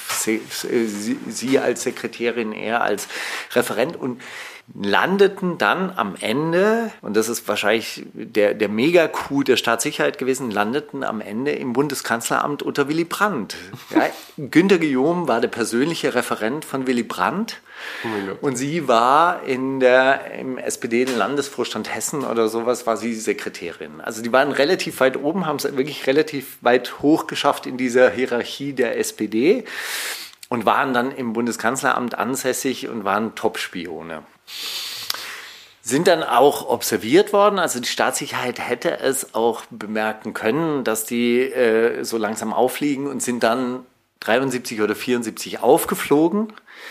D: sie als Sekretärin, er als Referent und landeten dann am Ende, und das ist wahrscheinlich der Mega-Coup der Staatssicherheit gewesen, landeten am Ende im Bundeskanzleramt unter Willy Brandt. Ja, Günter Guillaume war der persönliche Referent von Willy Brandt und sie war im SPD-Landesvorstand Hessen oder sowas, war sie Sekretärin. Also die waren relativ weit oben, haben es wirklich relativ weit hoch geschafft in dieser Hierarchie der SPD und waren dann im Bundeskanzleramt ansässig und waren Top-Spione. Sind dann auch observiert worden, also die Staatssicherheit hätte es auch bemerken können, dass die so langsam auffliegen und sind dann 73 oder 74 aufgeflogen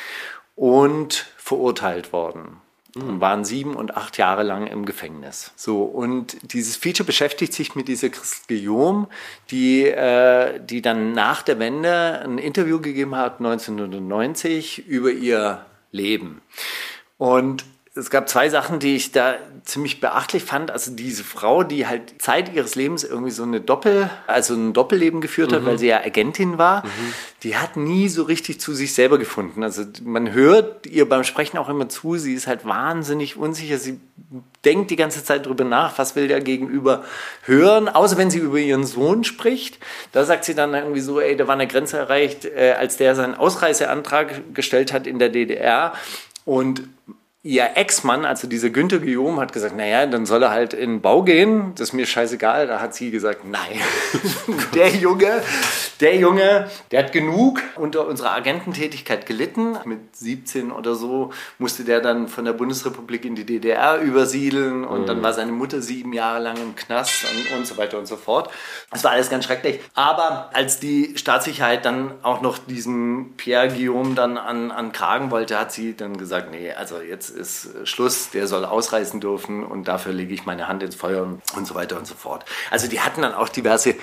D: und verurteilt worden. Und waren 7 und 8 Jahre lang im Gefängnis. So, und dieses Feature beschäftigt sich mit dieser Christel Guillaume, die dann nach der Wende ein Interview gegeben hat, 1990, über ihr Leben. Und es gab 2 Sachen, die ich da ziemlich beachtlich fand. Also diese Frau, die halt Zeit ihres Lebens irgendwie so ein Doppelleben geführt hat, weil sie ja Agentin war, die hat nie so richtig zu sich selber gefunden. Also man hört ihr beim Sprechen auch immer zu, sie ist halt wahnsinnig unsicher. Sie denkt die ganze Zeit drüber nach, was will der Gegenüber hören, außer wenn sie über ihren Sohn spricht. Da sagt sie dann irgendwie so, da war eine Grenze erreicht, als der seinen Ausreiseantrag gestellt hat in der DDR. Und ihr Ex-Mann, also dieser Günter Guillaume, hat gesagt, naja, dann soll er halt in den Bau gehen, das ist mir scheißegal. Da hat sie gesagt, nein, der Junge, der hat genug unter unserer Agententätigkeit gelitten. Mit 17 oder so musste der dann von der Bundesrepublik in die DDR übersiedeln und dann war seine Mutter 7 Jahre lang im Knast und so weiter und so fort. Das war alles ganz schrecklich. Aber als die Staatssicherheit dann auch noch diesem Pierre Guillaume dann an Kragen wollte, hat sie dann gesagt, nee, also jetzt ist Schluss, der soll ausreisen dürfen und dafür lege ich meine Hand ins Feuer und so weiter und so fort. Also die hatten dann auch diverse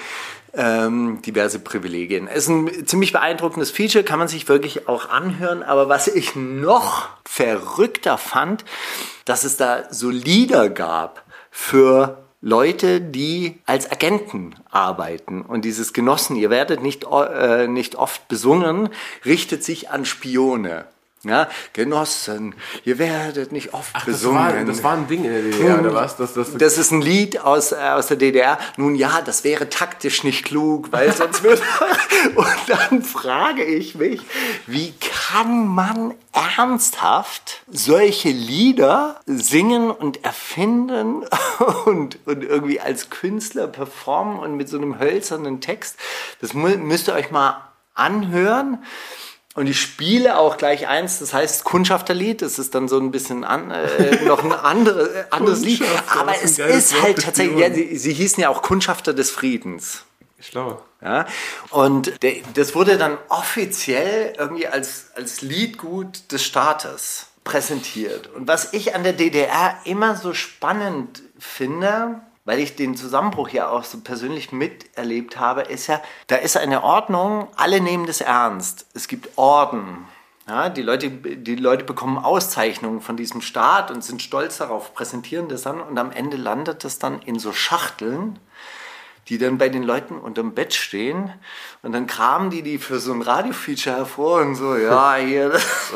D: Privilegien. Es ist ein ziemlich beeindruckendes Feature, kann man sich wirklich auch anhören, aber was ich noch verrückter fand, dass es da so Lieder gab für Leute, die als Agenten arbeiten. Und dieses Genossen, ihr werdet nicht oft besungen, richtet sich an Spione. Ja, Genossen, ihr werdet nicht oft besungen.
C: Das war ein Ding in der DDR, oder was?
D: Das ist ein Lied aus der DDR. Nun ja, das wäre taktisch nicht klug, weil sonst würde... Und dann frage ich mich, wie kann man ernsthaft solche Lieder singen und erfinden und irgendwie als Künstler performen und mit so einem hölzernen Text? Das müsst ihr euch mal anhören. Und ich spiele auch gleich eins, das heißt Kundschafterlied. Das ist dann so ein bisschen noch ein anderes Lied. Aber es ist halt tatsächlich, ja, sie hießen ja auch Kundschafter des Friedens.
C: Schlau.
D: Ja, und das wurde dann offiziell irgendwie als Liedgut des Staates präsentiert. Und was ich an der DDR immer so spannend finde, weil ich den Zusammenbruch ja auch so persönlich miterlebt habe, ist ja, da ist eine Ordnung, alle nehmen das ernst. Es gibt Orden. Ja, die Leute bekommen Auszeichnungen von diesem Staat und sind stolz darauf, präsentieren das dann und am Ende landet das dann in so Schachteln, die dann bei den Leuten unterm Bett stehen und dann kramen die für so ein Radio-Feature hervor und so, ja, hier.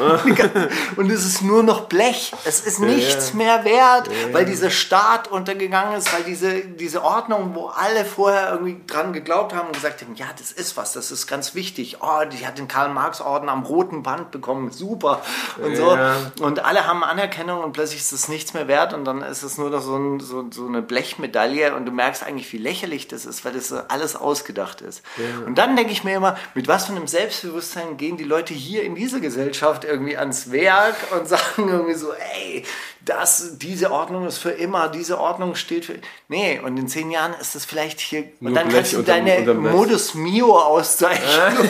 D: Und es ist nur noch Blech. Es ist nichts mehr wert, weil dieser Staat untergegangen ist, weil diese Ordnung, wo alle vorher irgendwie dran geglaubt haben und gesagt haben, ja, das ist was, das ist ganz wichtig. Oh, die hat den Karl-Marx-Orden am roten Band bekommen, super. Und so. Und alle haben Anerkennung und plötzlich ist es nichts mehr wert und dann ist es nur noch so eine Blechmedaille und du merkst eigentlich, wie lächerlich das ist, weil das alles ausgedacht ist. Ja. Und dann denke ich mir immer, mit was für einem Selbstbewusstsein gehen die Leute hier in dieser Gesellschaft irgendwie ans Werk und sagen irgendwie so, ey, diese Ordnung ist für immer, diese Ordnung steht für... Nee, und in 10 Jahren ist das vielleicht hier...
C: Nur
D: und dann
C: Blech
D: kannst du deine Modus Mio Auszeichnung,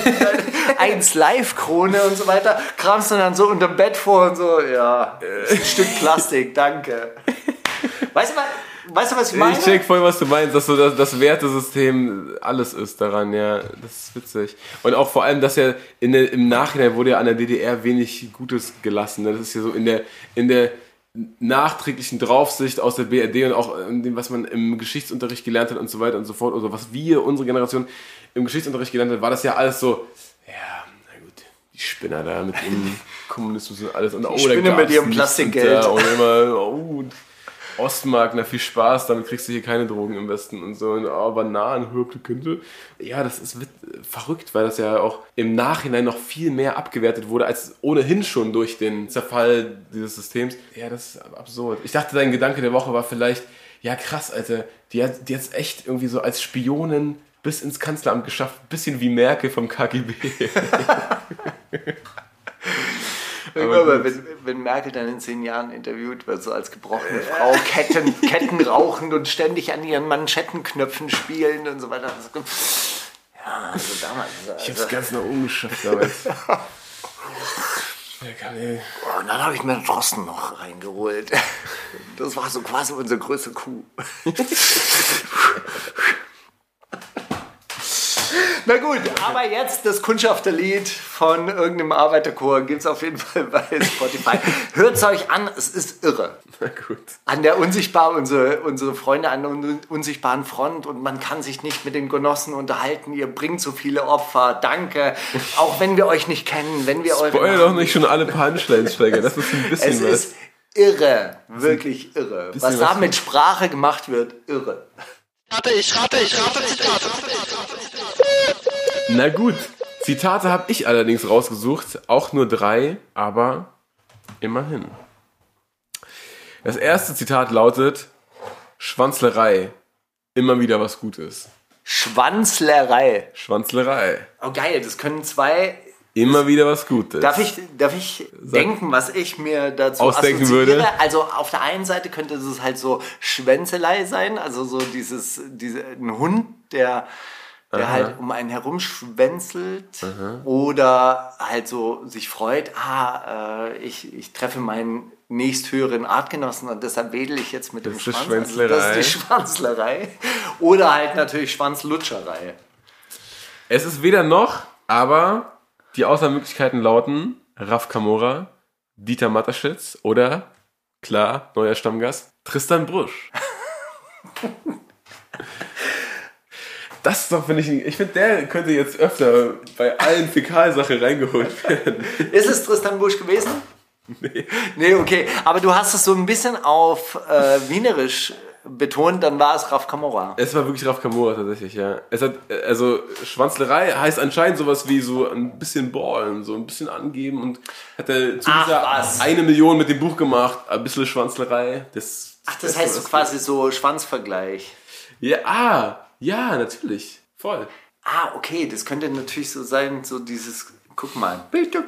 D: 1 Live-Krone und so weiter, kramst du dann so unterm Bett vor und so, ja, ein Stück Plastik, danke. Weißt du, was ich meine?
C: Ich check voll, was du meinst, dass so das Wertesystem alles ist daran, ja, das ist witzig. Und auch vor allem, dass ja im Nachhinein wurde ja an der DDR wenig Gutes gelassen. Das ist ja so in der nachträglichen Draufsicht aus der BRD und auch in dem, was man im Geschichtsunterricht gelernt hat und so weiter und so fort, oder was unsere Generation im Geschichtsunterricht gelernt hat, war das ja alles so, ja, na gut, die Spinner da mit dem Kommunismus und alles. Und
D: die Spinner mit ihrem Plastikgeld.
C: Und immer, Ostmark, na viel Spaß, damit kriegst du hier keine Drogen im Westen und so. Und Bananen, hörte Kinder. Ja, das ist verrückt, weil das ja auch im Nachhinein noch viel mehr abgewertet wurde, als ohnehin schon durch den Zerfall dieses Systems. Ja, das ist absurd. Ich dachte, dein Gedanke der Woche war vielleicht, ja krass, Alter, die hat's echt irgendwie so als Spionin bis ins Kanzleramt geschafft. Bisschen wie Merkel vom KGB.
D: Aber wenn Merkel dann in 10 Jahren interviewt wird, so als gebrochene Frau, Ketten rauchend und ständig an ihren Manschettenknöpfen spielen und so weiter. Ja, also damals.
C: Ich hab's ganz nach oben geschafft damals.
D: Und dann habe ich mir Drosten noch reingeholt. Das war so quasi unsere größte Kuh. Na gut, aber jetzt das Kundschafterlied von irgendeinem Arbeiterchor gibt es auf jeden Fall bei Spotify. Hört es euch an, es ist irre.
C: Na gut.
D: An der unsere Freunde an der unsichtbaren Front und man kann sich nicht mit den Genossen unterhalten, ihr bringt so viele Opfer, danke. Auch wenn wir euch nicht kennen, wenn wir eure...
C: Spoil doch nicht schon alle Punchlines, Schläger, das ist ein bisschen
D: es ist irre, wirklich irre. Was da mit Sprache gemacht wird, irre.
A: Ich rate, Zitate.
C: Na gut, Zitate habe ich allerdings rausgesucht, auch nur 3, aber immerhin. Das erste Zitat lautet: Schwanzlerei, immer wieder was Gutes.
D: Schwanzlerei. Oh geil, das können 2...
C: Immer wieder was Gutes.
D: Darf ich denken, was ich mir dazu
C: ausdenken
D: assoziiere?
C: würde?
D: Also auf der einen Seite könnte es halt so Schwänzelei sein, also so ein Hund, der halt um einen herumschwänzelt oder halt so sich freut, ich treffe meinen nächsthöheren Artgenossen und deshalb wedel ich jetzt mit dem Schwanz. Das ist die Schwanzlerei. Oder halt natürlich Schwanzlutscherei.
C: Es ist weder noch, aber die Auswahlmöglichkeiten lauten Raf Kamora, Dieter Mateschitz oder, klar, neuer Stammgast, Tristan Brusch. Das ist doch, finde ich finde, der könnte jetzt öfter bei allen Fäkalsachen reingeholt werden.
D: Ist es Tristan Brusch gewesen? Nee, okay. Aber du hast es so ein bisschen auf Wienerisch betont, dann war es Raf Kamora.
C: Es war wirklich Raf Kamora tatsächlich, ja. Es hat, also Schwanzlerei heißt anscheinend sowas wie so ein bisschen ballen, so ein bisschen angeben und hat er zu dieser 1 Million mit dem Buch gemacht, ein bisschen Schwanzlerei. Das
D: heißt so quasi so Schwanzvergleich.
C: Ja, ja, natürlich. Voll.
D: Okay, das könnte natürlich so sein, so dieses, guck mal.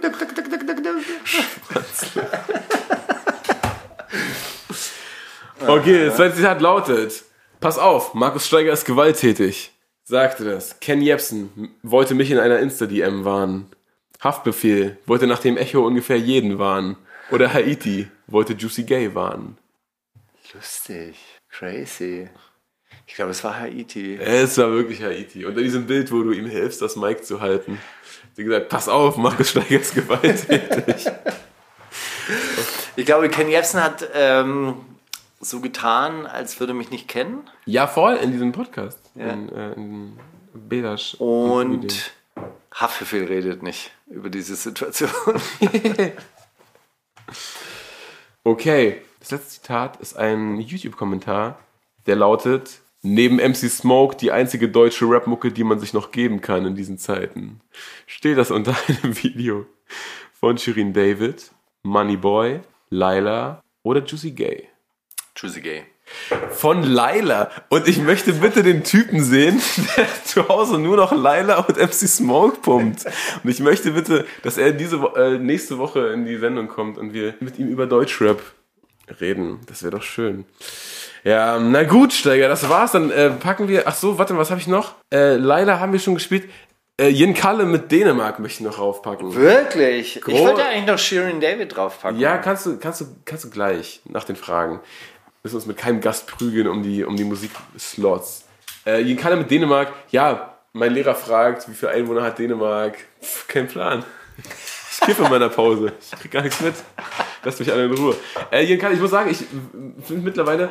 C: Okay, das zweite Zitat lautet: Pass auf, Markus Steiger ist gewalttätig. Sagte das. Ken Jebsen wollte mich in einer Insta-DM warnen. Haftbefehl wollte nach dem Echo ungefähr jeden warnen. Oder Haiti wollte Juicy Gay warnen.
D: Lustig. Crazy. Ich glaube, es war Haiti.
C: Es war wirklich Haiti. Unter diesem Bild, wo du ihm hilfst, das Mic zu halten, hat sie gesagt: Pass auf, Markus Steiger ist gewalttätig.
D: Ich glaube, Ken Jebsen hat so getan, als würde mich nicht kennen.
C: Ja, voll, in diesem Podcast.
D: Ja.
C: In Belasch.
D: Und Haftbefehl redet nicht über diese Situation.
C: Okay, das letzte Zitat ist ein YouTube-Kommentar, der lautet: Neben MC Smoke die einzige deutsche Rap-Mucke, die man sich noch geben kann in diesen Zeiten. Steht das unter einem Video von Shirin David, Moneyboy, Laila oder Juicy Gay?
D: Juicy Gay.
C: Von Laila. Und ich möchte bitte den Typen sehen, der zu Hause nur noch Laila und MC Smoke pumpt. Und ich möchte bitte, dass er nächste Woche in die Sendung kommt und wir mit ihm über Deutschrap reden. Das wäre doch schön. Ja, na gut, Steiger, das war's. Dann packen wir... Ach so, warte, was habe ich noch? Laila haben wir schon gespielt. Jen Kalle mit Dänemark möchte ich noch raufpacken.
D: Wirklich? Ich wollte eigentlich noch Shirin David draufpacken.
C: Ja, kannst du gleich nach den Fragen. Wir müssen uns mit keinem Gast prügeln um die Musikslots. Jen Kalle mit Dänemark. Ja, mein Lehrer fragt, wie viele Einwohner hat Dänemark? Kein Plan. Ich kiffe in meiner Pause. Ich krieg gar nichts mit. Lasst mich alle in Ruhe. Jen Kalle, ich muss sagen, ich finde mittlerweile,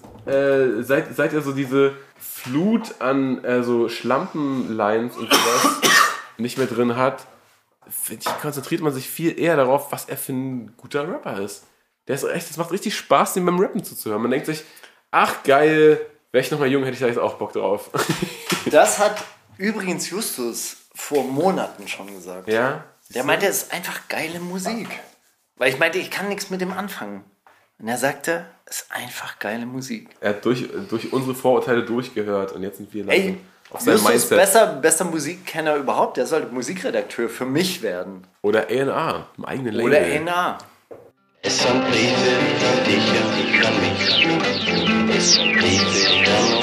C: seit er so diese Flut an so Schlampenlines und sowas nicht mehr drin hat, konzentriert man sich viel eher darauf, was er für ein guter Rapper ist. Das macht richtig Spaß, dem beim Rappen zuzuhören. Man denkt sich, ach geil, wäre ich noch mal jung, hätte ich da jetzt auch Bock drauf.
D: Das hat übrigens Justus vor Monaten schon gesagt.
C: Ja?
D: Der meinte, es ist einfach geile Musik. Weil ich meinte, ich kann nichts mit dem anfangen. Und er sagte, es ist einfach geile Musik.
C: Er hat durch unsere Vorurteile durchgehört und jetzt sind wir langsam auf seinem
D: Justus,
C: Mindset.
D: bester Musikkenner überhaupt, der sollte Musikredakteur für mich werden.
C: Oder A&R, im eigenen Label.
D: Oder A&R.
G: Es sind Briefe für dich und ich kann mich. Es sind Briefe für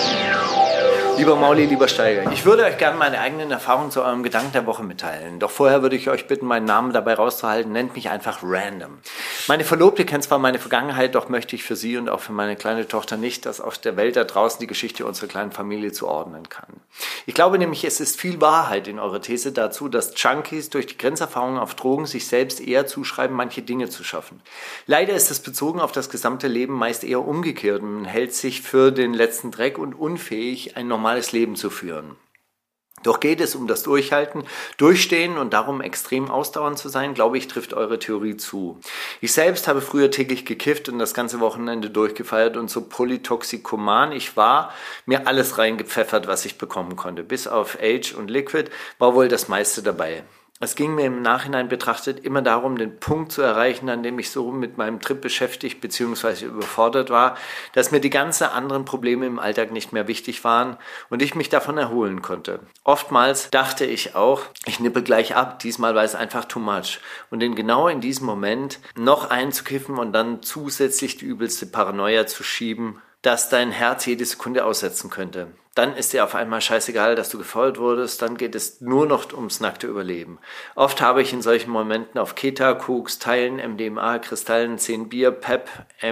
D: Lieber Mauli, lieber Steiger, ich würde euch gerne meine eigenen Erfahrungen zu eurem Gedanken der Woche mitteilen. Doch vorher würde ich euch bitten, meinen Namen dabei rauszuhalten. Nennt mich einfach random. Meine Verlobte kennt zwar meine Vergangenheit, doch möchte ich für sie und auch für meine kleine Tochter nicht, dass auf der Welt da draußen die Geschichte unserer kleinen Familie zuordnen kann. Ich glaube nämlich, es ist viel Wahrheit in eurer These dazu, dass Junkies durch die Grenzerfahrungen auf Drogen sich selbst eher zuschreiben, manche Dinge zu schaffen. Leider ist es bezogen auf das gesamte Leben meist eher umgekehrt und man hält sich für den letzten Dreck und unfähig, ein normales Leben zu führen. Doch geht es um das Durchhalten, Durchstehen und darum extrem ausdauernd zu sein, glaube ich, trifft eure Theorie zu. Ich selbst habe früher täglich gekifft und das ganze Wochenende durchgefeiert und so polytoxikoman ich war, mir alles reingepfeffert, was ich bekommen konnte. Bis auf Age und Liquid war wohl das meiste dabei. Es ging mir im Nachhinein betrachtet immer darum, den Punkt zu erreichen, an dem ich so mit meinem Trip beschäftigt bzw. überfordert war, dass mir die ganzen anderen Probleme im Alltag nicht mehr wichtig waren und ich mich davon erholen konnte. Oftmals dachte ich auch, ich nippe gleich ab, diesmal war es einfach too much. Und genau in diesem Moment noch einzukiffen und dann zusätzlich die übelste Paranoia zu schieben, dass dein Herz jede Sekunde aussetzen könnte. Dann ist dir auf einmal scheißegal, dass du gefeuert wurdest, dann geht es nur noch ums nackte Überleben. Oft habe ich in solchen Momenten auf Keta, Koks, Teilen, MDMA, Kristallen, 10 Bier, Pep,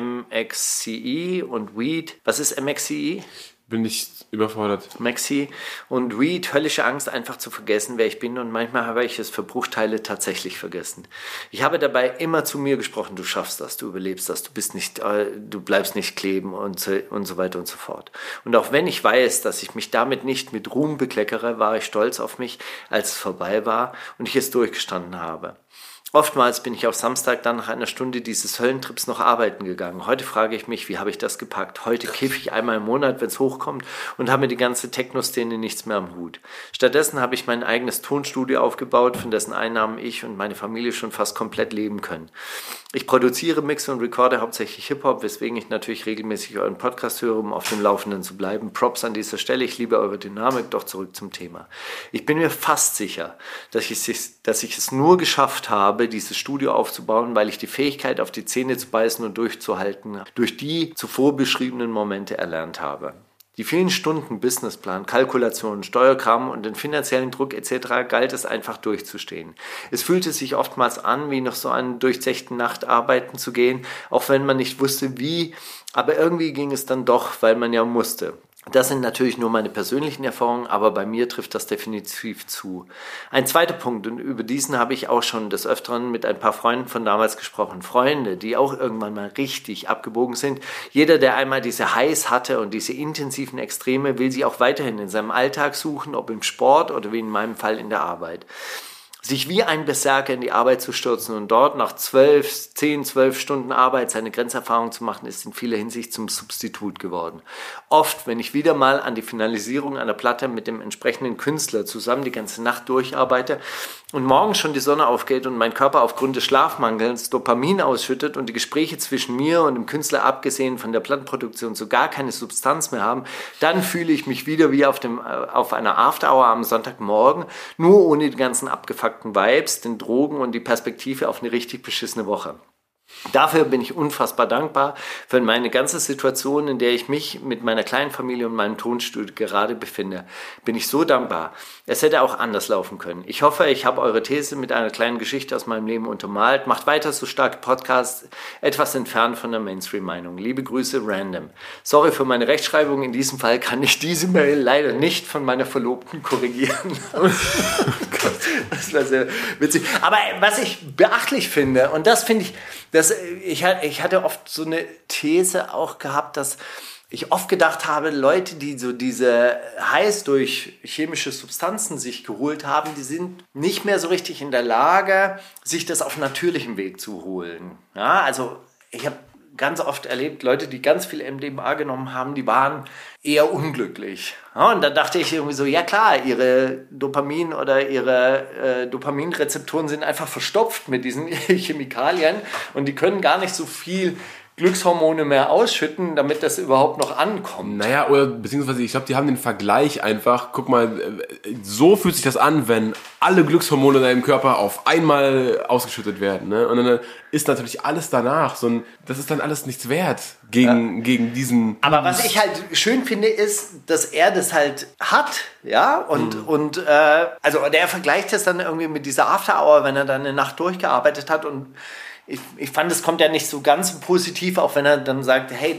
D: MXCE und Weed. Was ist MXCE?
C: Bin ich überfordert.
D: Maxi und Weed, höllische Angst, einfach zu vergessen, wer ich bin und manchmal habe ich es für Bruchteile tatsächlich vergessen. Ich habe dabei immer zu mir gesprochen, du schaffst das, du überlebst das, du bleibst nicht kleben und so weiter und so fort. Und auch wenn ich weiß, dass ich mich damit nicht mit Ruhm bekleckere, war ich stolz auf mich, als es vorbei war und ich es durchgestanden habe. Oftmals bin ich auf Samstag dann nach einer Stunde dieses Höllentrips noch arbeiten gegangen. Heute frage ich mich, wie habe ich das gepackt? Heute kiffe ich einmal im Monat, wenn es hochkommt und habe mit die ganze Techno-Szene nichts mehr am Hut. Stattdessen habe ich mein eigenes Tonstudio aufgebaut, von dessen Einnahmen ich und meine Familie schon fast komplett leben können. Ich produziere, mixe und recorde hauptsächlich Hip-Hop, weswegen ich natürlich regelmäßig euren Podcast höre, um auf dem Laufenden zu bleiben. Props an dieser Stelle, ich liebe eure Dynamik, doch zurück zum Thema. Ich bin mir fast sicher, dass ich es nur geschafft habe, dieses Studio aufzubauen, weil ich die Fähigkeit, auf die Zähne zu beißen und durchzuhalten, durch die zuvor beschriebenen Momente erlernt habe. Die vielen Stunden Businessplan, Kalkulation, Steuerkram und den finanziellen Druck etc. galt es einfach durchzustehen. Es fühlte sich oftmals an, wie noch so eine durchzechte Nacht arbeiten zu gehen, auch wenn man nicht wusste wie, aber irgendwie ging es dann doch, weil man ja musste. Das sind natürlich nur meine persönlichen Erfahrungen, aber bei mir trifft das definitiv zu. Ein zweiter Punkt, und über diesen habe ich auch schon des Öfteren mit ein paar Freunden von damals gesprochen. Freunde, die auch irgendwann mal richtig abgebogen sind. Jeder, der einmal diese Highs hatte und diese intensiven Extreme, will sie auch weiterhin in seinem Alltag suchen, ob im Sport oder wie in meinem Fall in der Arbeit. Sich wie ein Berserker in die Arbeit zu stürzen und dort nach 12 Stunden Arbeit seine Grenzerfahrung zu machen, ist in vieler Hinsicht zum Substitut geworden. Oft, wenn ich wieder mal an die Finalisierung einer Platte mit dem entsprechenden Künstler zusammen die ganze Nacht durcharbeite und morgens schon die Sonne aufgeht und mein Körper aufgrund des Schlafmangels Dopamin ausschüttet und die Gespräche zwischen mir und dem Künstler abgesehen von der Plattenproduktion so gar keine Substanz mehr haben, dann fühle ich mich wieder wie auf einer After-Hour am Sonntagmorgen, nur ohne die ganzen abgefuckten Vibes, den Drogen und die Perspektive auf eine richtig beschissene Woche. Dafür bin ich unfassbar dankbar für meine ganze Situation, in der ich mich mit meiner kleinen Familie und meinem Tonstudio gerade befinde. Bin ich so dankbar. Es hätte auch anders laufen können. Ich hoffe, ich habe eure These mit einer kleinen Geschichte aus meinem Leben untermalt. Macht weiter so starke Podcasts, etwas entfernt von der Mainstream-Meinung. Liebe Grüße, Random. Sorry für meine Rechtschreibung. In diesem Fall kann ich diese Mail leider nicht von meiner Verlobten korrigieren. Das war sehr witzig. Aber was ich beachtlich finde, und das finde ich, ich hatte oft so eine These auch gehabt, dass ich oft gedacht habe, Leute, die so diese Highs durch chemische Substanzen sich geholt haben, die sind nicht mehr so richtig in der Lage, sich das auf natürlichem Weg zu holen. Ja, also ich habe ganz oft erlebt, Leute, die ganz viel MDMA genommen haben, die waren eher unglücklich. Ja, und dann dachte ich irgendwie so, ja klar, ihre Dopamin oder ihre Dopaminrezeptoren sind einfach verstopft mit diesen Chemikalien und die können gar nicht so viel Glückshormone mehr ausschütten, damit das überhaupt noch ankommt.
C: Naja, oder beziehungsweise ich glaube, die haben den Vergleich einfach, guck mal, so fühlt sich das an, wenn alle Glückshormone in deinem Körper auf einmal ausgeschüttet werden. Ne? Und dann ist natürlich alles danach, das ist dann alles nichts wert gegen diesen...
D: Aber was ich halt schön finde, ist, dass er das halt hat, ja, und der vergleicht das dann irgendwie mit dieser After-Hour, wenn er dann eine Nacht durchgearbeitet hat und ich fand, es kommt ja nicht so ganz positiv, auch wenn er dann sagt, hey,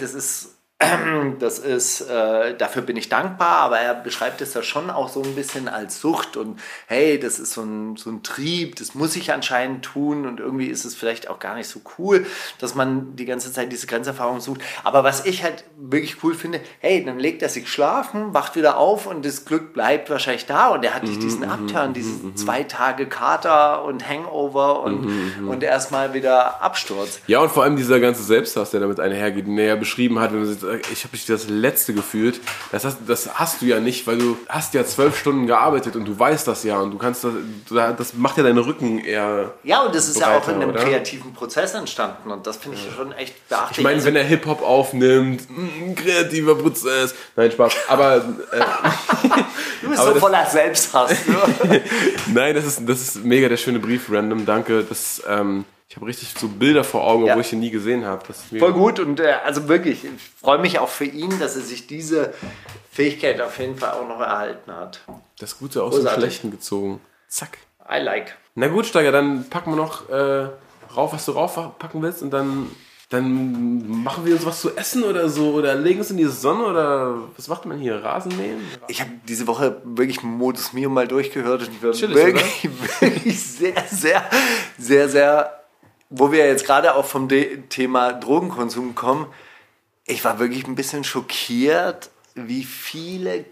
D: dafür bin ich dankbar, aber er beschreibt es ja schon auch so ein bisschen als Sucht und hey, das ist so ein Trieb, das muss ich anscheinend tun und irgendwie ist es vielleicht auch gar nicht so cool, dass man die ganze Zeit diese Grenzerfahrung sucht. Aber was ich halt wirklich cool finde, hey, dann legt er sich schlafen, wacht wieder auf und das Glück bleibt wahrscheinlich da und er hat nicht diesen Upturn, diesen 2 Tage Kater und Hangover und erstmal wieder Absturz.
C: Ja, und vor allem dieser ganze Selbsthass, der damit einhergeht, den er ja beschrieben hat, wenn man sagt, ich habe mich das Letzte gefühlt. Das hast du ja nicht, weil du hast ja 12 Stunden gearbeitet und du weißt das ja und du kannst das macht ja deinen Rücken eher.
D: Ja, und das ist
C: breiter,
D: ja auch in einem
C: oder?
D: kreativen Prozess entstanden und das finde ich schon echt beachtlich.
C: Ich meine, wenn er Hip-Hop aufnimmt, kreativer Prozess. Nein, Spaß. Aber
D: du bist so voller Selbsthass. Ne?
C: Nein, das ist mega der schöne Brief, Random. Danke. Ich habe richtig so Bilder vor Augen, obwohl ich ihn nie gesehen habe.
D: Voll gut und also wirklich, ich freue mich auch für ihn, dass er sich diese Fähigkeit auf jeden Fall auch noch erhalten hat.
C: Das Gute aus dem Schlechten gezogen. Zack.
D: I like.
C: Na gut, Steiger, dann packen wir noch rauf, was du raufpacken willst und dann machen wir uns was zu essen oder so oder legen uns in die Sonne oder was macht man hier? Rasenmähen?
D: Ich habe diese Woche wirklich Modus Mio mal durchgehört und ich war
C: Chillig,
D: wirklich sehr, sehr, sehr, sehr, wo wir jetzt gerade auch vom Thema Drogenkonsum kommen, ich war wirklich ein bisschen schockiert, wie viele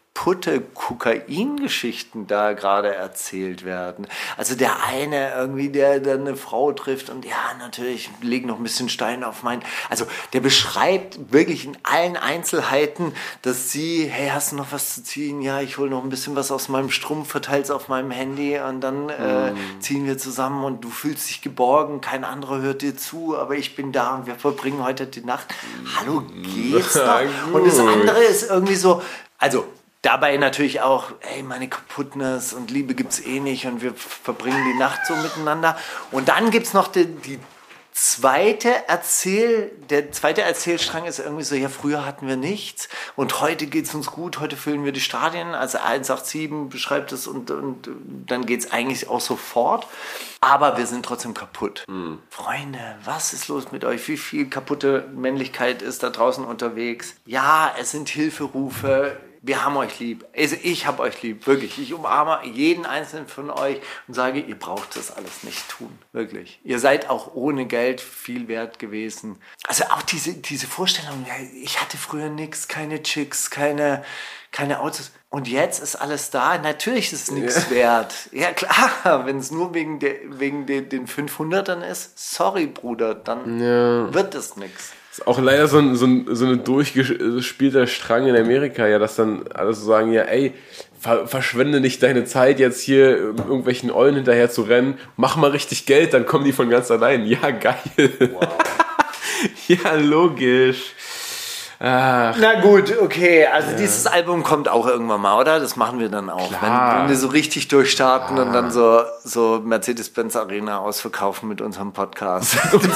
D: kaputte Kokain-Geschichten da gerade erzählt werden. Also der eine irgendwie, der dann eine Frau trifft und ja, natürlich, leg noch ein bisschen Stein auf meinen... Also der beschreibt wirklich in allen Einzelheiten, dass sie, hey, hast du noch was zu ziehen? Ja, ich hole noch ein bisschen was aus meinem Strumpf, verteil's auf meinem Handy und dann ziehen wir zusammen und du fühlst dich geborgen, kein anderer hört dir zu, aber ich bin da und wir verbringen heute die Nacht. Hallo, geht's noch? Und das andere ist irgendwie so, also dabei natürlich auch, ey, meine Kaputtness und Liebe gibt's eh nicht und wir verbringen die Nacht so miteinander. Und dann gibt's noch der zweite Erzählstrang ist irgendwie so, ja, früher hatten wir nichts und heute geht's uns gut, heute füllen wir die Stadien, also 187 beschreibt es und dann geht's eigentlich auch sofort, aber wir sind trotzdem kaputt. Freunde, was ist los mit euch? Wie viel kaputte Männlichkeit ist da draußen unterwegs? Ja, es sind Hilferufe. Wir haben euch lieb. Also ich habe euch lieb, wirklich. Ich umarme jeden einzelnen von euch und sage, ihr braucht das alles nicht tun, wirklich. Ihr seid auch ohne Geld viel wert gewesen. Also auch diese Vorstellung, ja, ich hatte früher nichts, keine Chicks, keine Autos. Und jetzt ist alles da. Natürlich ist es nichts wert. Ja klar, wenn es nur wegen den 500ern ist, sorry Bruder, dann wird es nichts.
C: Ist auch leider so eine durchgespielte Strang in Amerika, ja, dass dann alle so sagen, ja, ey, verschwende nicht deine Zeit, jetzt hier irgendwelchen Eulen hinterher zu rennen, mach mal richtig Geld, dann kommen die von ganz allein. Ja, geil. Wow. Ja, logisch. Ach.
D: Na gut, okay, also dieses Album kommt auch irgendwann mal, oder? Das machen wir dann auch. Wenn wir so richtig durchstarten und dann so Mercedes-Benz Arena ausverkaufen mit unserem Podcast.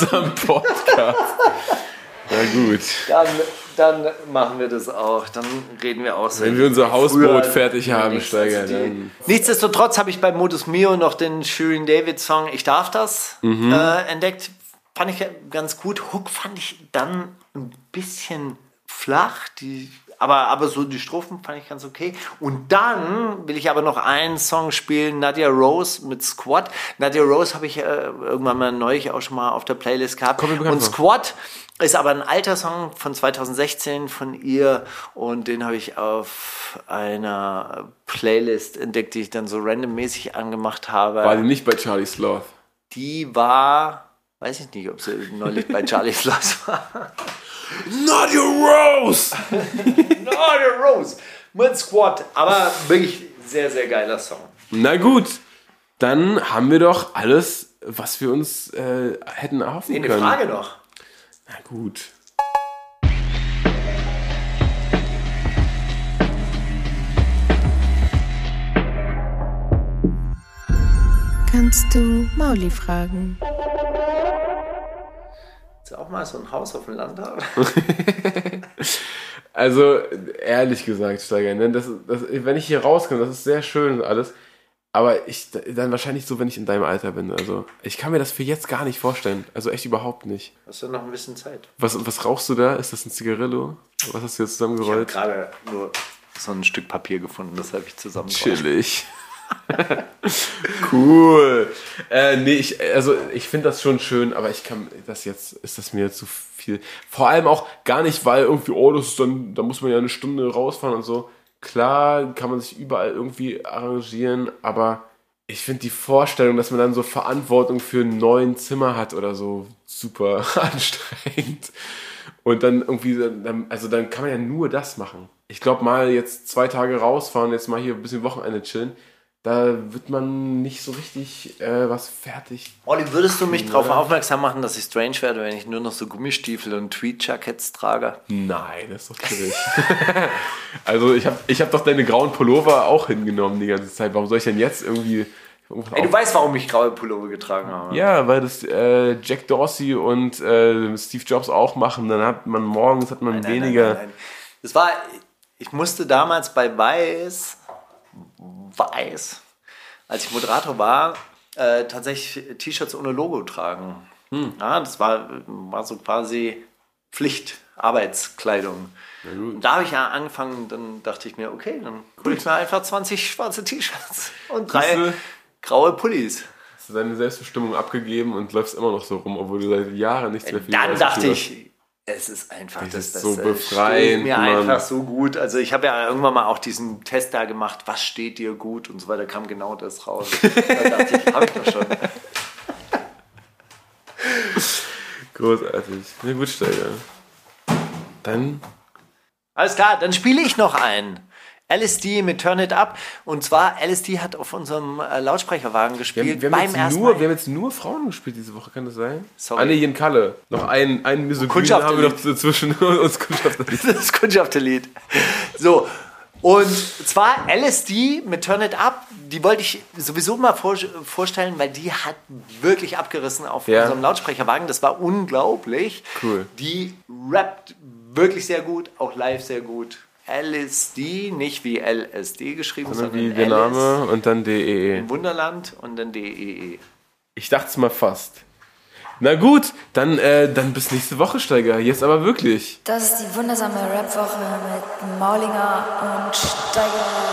C: Na gut.
D: Dann machen wir das auch. Dann reden wir auch so.
C: Wenn wir unser Hausboot fertig haben, Steiger.
D: Nichtsdestotrotz habe ich bei Modus Mio noch den Shirin David Song Ich darf das entdeckt. Fand ich ganz gut. Hook fand ich dann ein bisschen flach. Aber so die Strophen fand ich ganz okay. Und dann will ich aber noch einen Song spielen, Nadia Rose mit Squad. Nadia Rose habe ich irgendwann mal neulich auch schon mal auf der Playlist gehabt. Und Squad ist aber ein alter Song von 2016 von ihr und den habe ich auf einer Playlist entdeckt, die ich dann so randommäßig angemacht habe.
C: War die nicht bei Charlie Sloth?
D: Die war, weiß ich nicht, ob sie neulich bei Charlie Sloth war.
C: Nadia Rose!
D: Nadia Rose mit Squad. Aber wirklich sehr, sehr geiler Song.
C: Na gut, dann haben wir doch alles, was wir uns hätten erhoffen können.
D: Eine Frage noch.
C: Na gut.
H: Kannst du Mauli fragen?
D: Willst du auch mal so ein Haus auf dem Land haben?
C: Also, ehrlich gesagt, Steiger, ne, wenn ich hier rauskomme, das ist sehr schön und alles, aber dann wahrscheinlich so, wenn ich in deinem Alter bin. Also, ich kann mir das für jetzt gar nicht vorstellen. Also echt überhaupt nicht.
D: Hast du noch ein bisschen Zeit?
C: Was rauchst du da? Ist das ein Zigarillo? Was hast du jetzt zusammengerollt?
D: Ich habe gerade nur so ein Stück Papier gefunden, das habe ich zusammengerollt.
C: Chillig. Cool. Ich finde das schon schön, aber ist das mir zu viel. Vor allem auch gar nicht, weil irgendwie, da muss man ja eine Stunde rausfahren und so. Klar kann man sich überall irgendwie arrangieren, aber ich finde die Vorstellung, dass man dann so Verantwortung für ein neues Zimmer hat oder so, super anstrengend. Und dann irgendwie, dann kann man ja nur das machen. Ich glaube, mal jetzt 2 Tage rausfahren, jetzt mal hier ein bisschen Wochenende chillen, da wird man nicht so richtig was fertig.
D: Olli, würdest du mich darauf aufmerksam machen, dass ich strange werde, wenn ich nur noch so Gummistiefel und Tweed-Jackets trage?
C: Nein, das ist doch chillig. Also ich hab doch deine grauen Pullover auch hingenommen die ganze Zeit. Warum soll ich denn jetzt irgendwie...
D: Ey, du weißt, warum ich graue Pullover getragen habe.
C: Ja, weil das Jack Dorsey und Steve Jobs auch machen. Dann hat man morgens weniger...
D: Nein. Das war... Ich musste damals bei Weiß, als ich Moderator war, tatsächlich T-Shirts ohne Logo tragen. Ja, das war so quasi Pflicht, Arbeitskleidung. Und da habe ich ja angefangen, dann dachte ich mir, okay, dann hole ich mir einfach 20 schwarze T-Shirts und 3 graue Pullis.
C: Hast du deine Selbstbestimmung abgegeben und läufst immer noch so rum, obwohl du seit Jahren nichts mehr für
D: Dann dachte ich, Es ist einfach
C: das ist
D: das
C: so
D: steht
C: befreiend,
D: mir
C: Mann.
D: einfach so gut. Also ich habe ja irgendwann mal auch diesen Test da gemacht, was steht dir gut und so weiter, kam genau das raus. Da dachte ich, habe ich doch schon.
C: Großartig. Na gut, Steiger. Dann
D: Alles klar, dann spiele ich noch einen. LSD mit Turn It Up. Und zwar, LSD hat auf unserem Lautsprecherwagen gespielt.
C: wir haben jetzt nur Frauen gespielt diese Woche, kann das sein?
D: Sorry.
C: Anne Jen Kalle. Noch einen Misogyn haben wir noch zwischen uns Kundschafterlied.
D: Das Kundschafterlied. So, und zwar LSD mit Turn It Up, die wollte ich sowieso mal vorstellen, weil die hat wirklich abgerissen auf unserem Lautsprecherwagen. Das war unglaublich.
C: Cool.
D: Die rappt wirklich sehr gut, auch live sehr gut. LSD, nicht wie LSD geschrieben, sondern
C: wie der Name und dann DEE.
D: im Wunderland und dann DEE.
C: Ich dachte es mal fast. Na gut, dann bis nächste Woche, Steiger. Jetzt aber wirklich.
I: Das ist die wundersame Rap-Woche mit Maulinger und Steiger.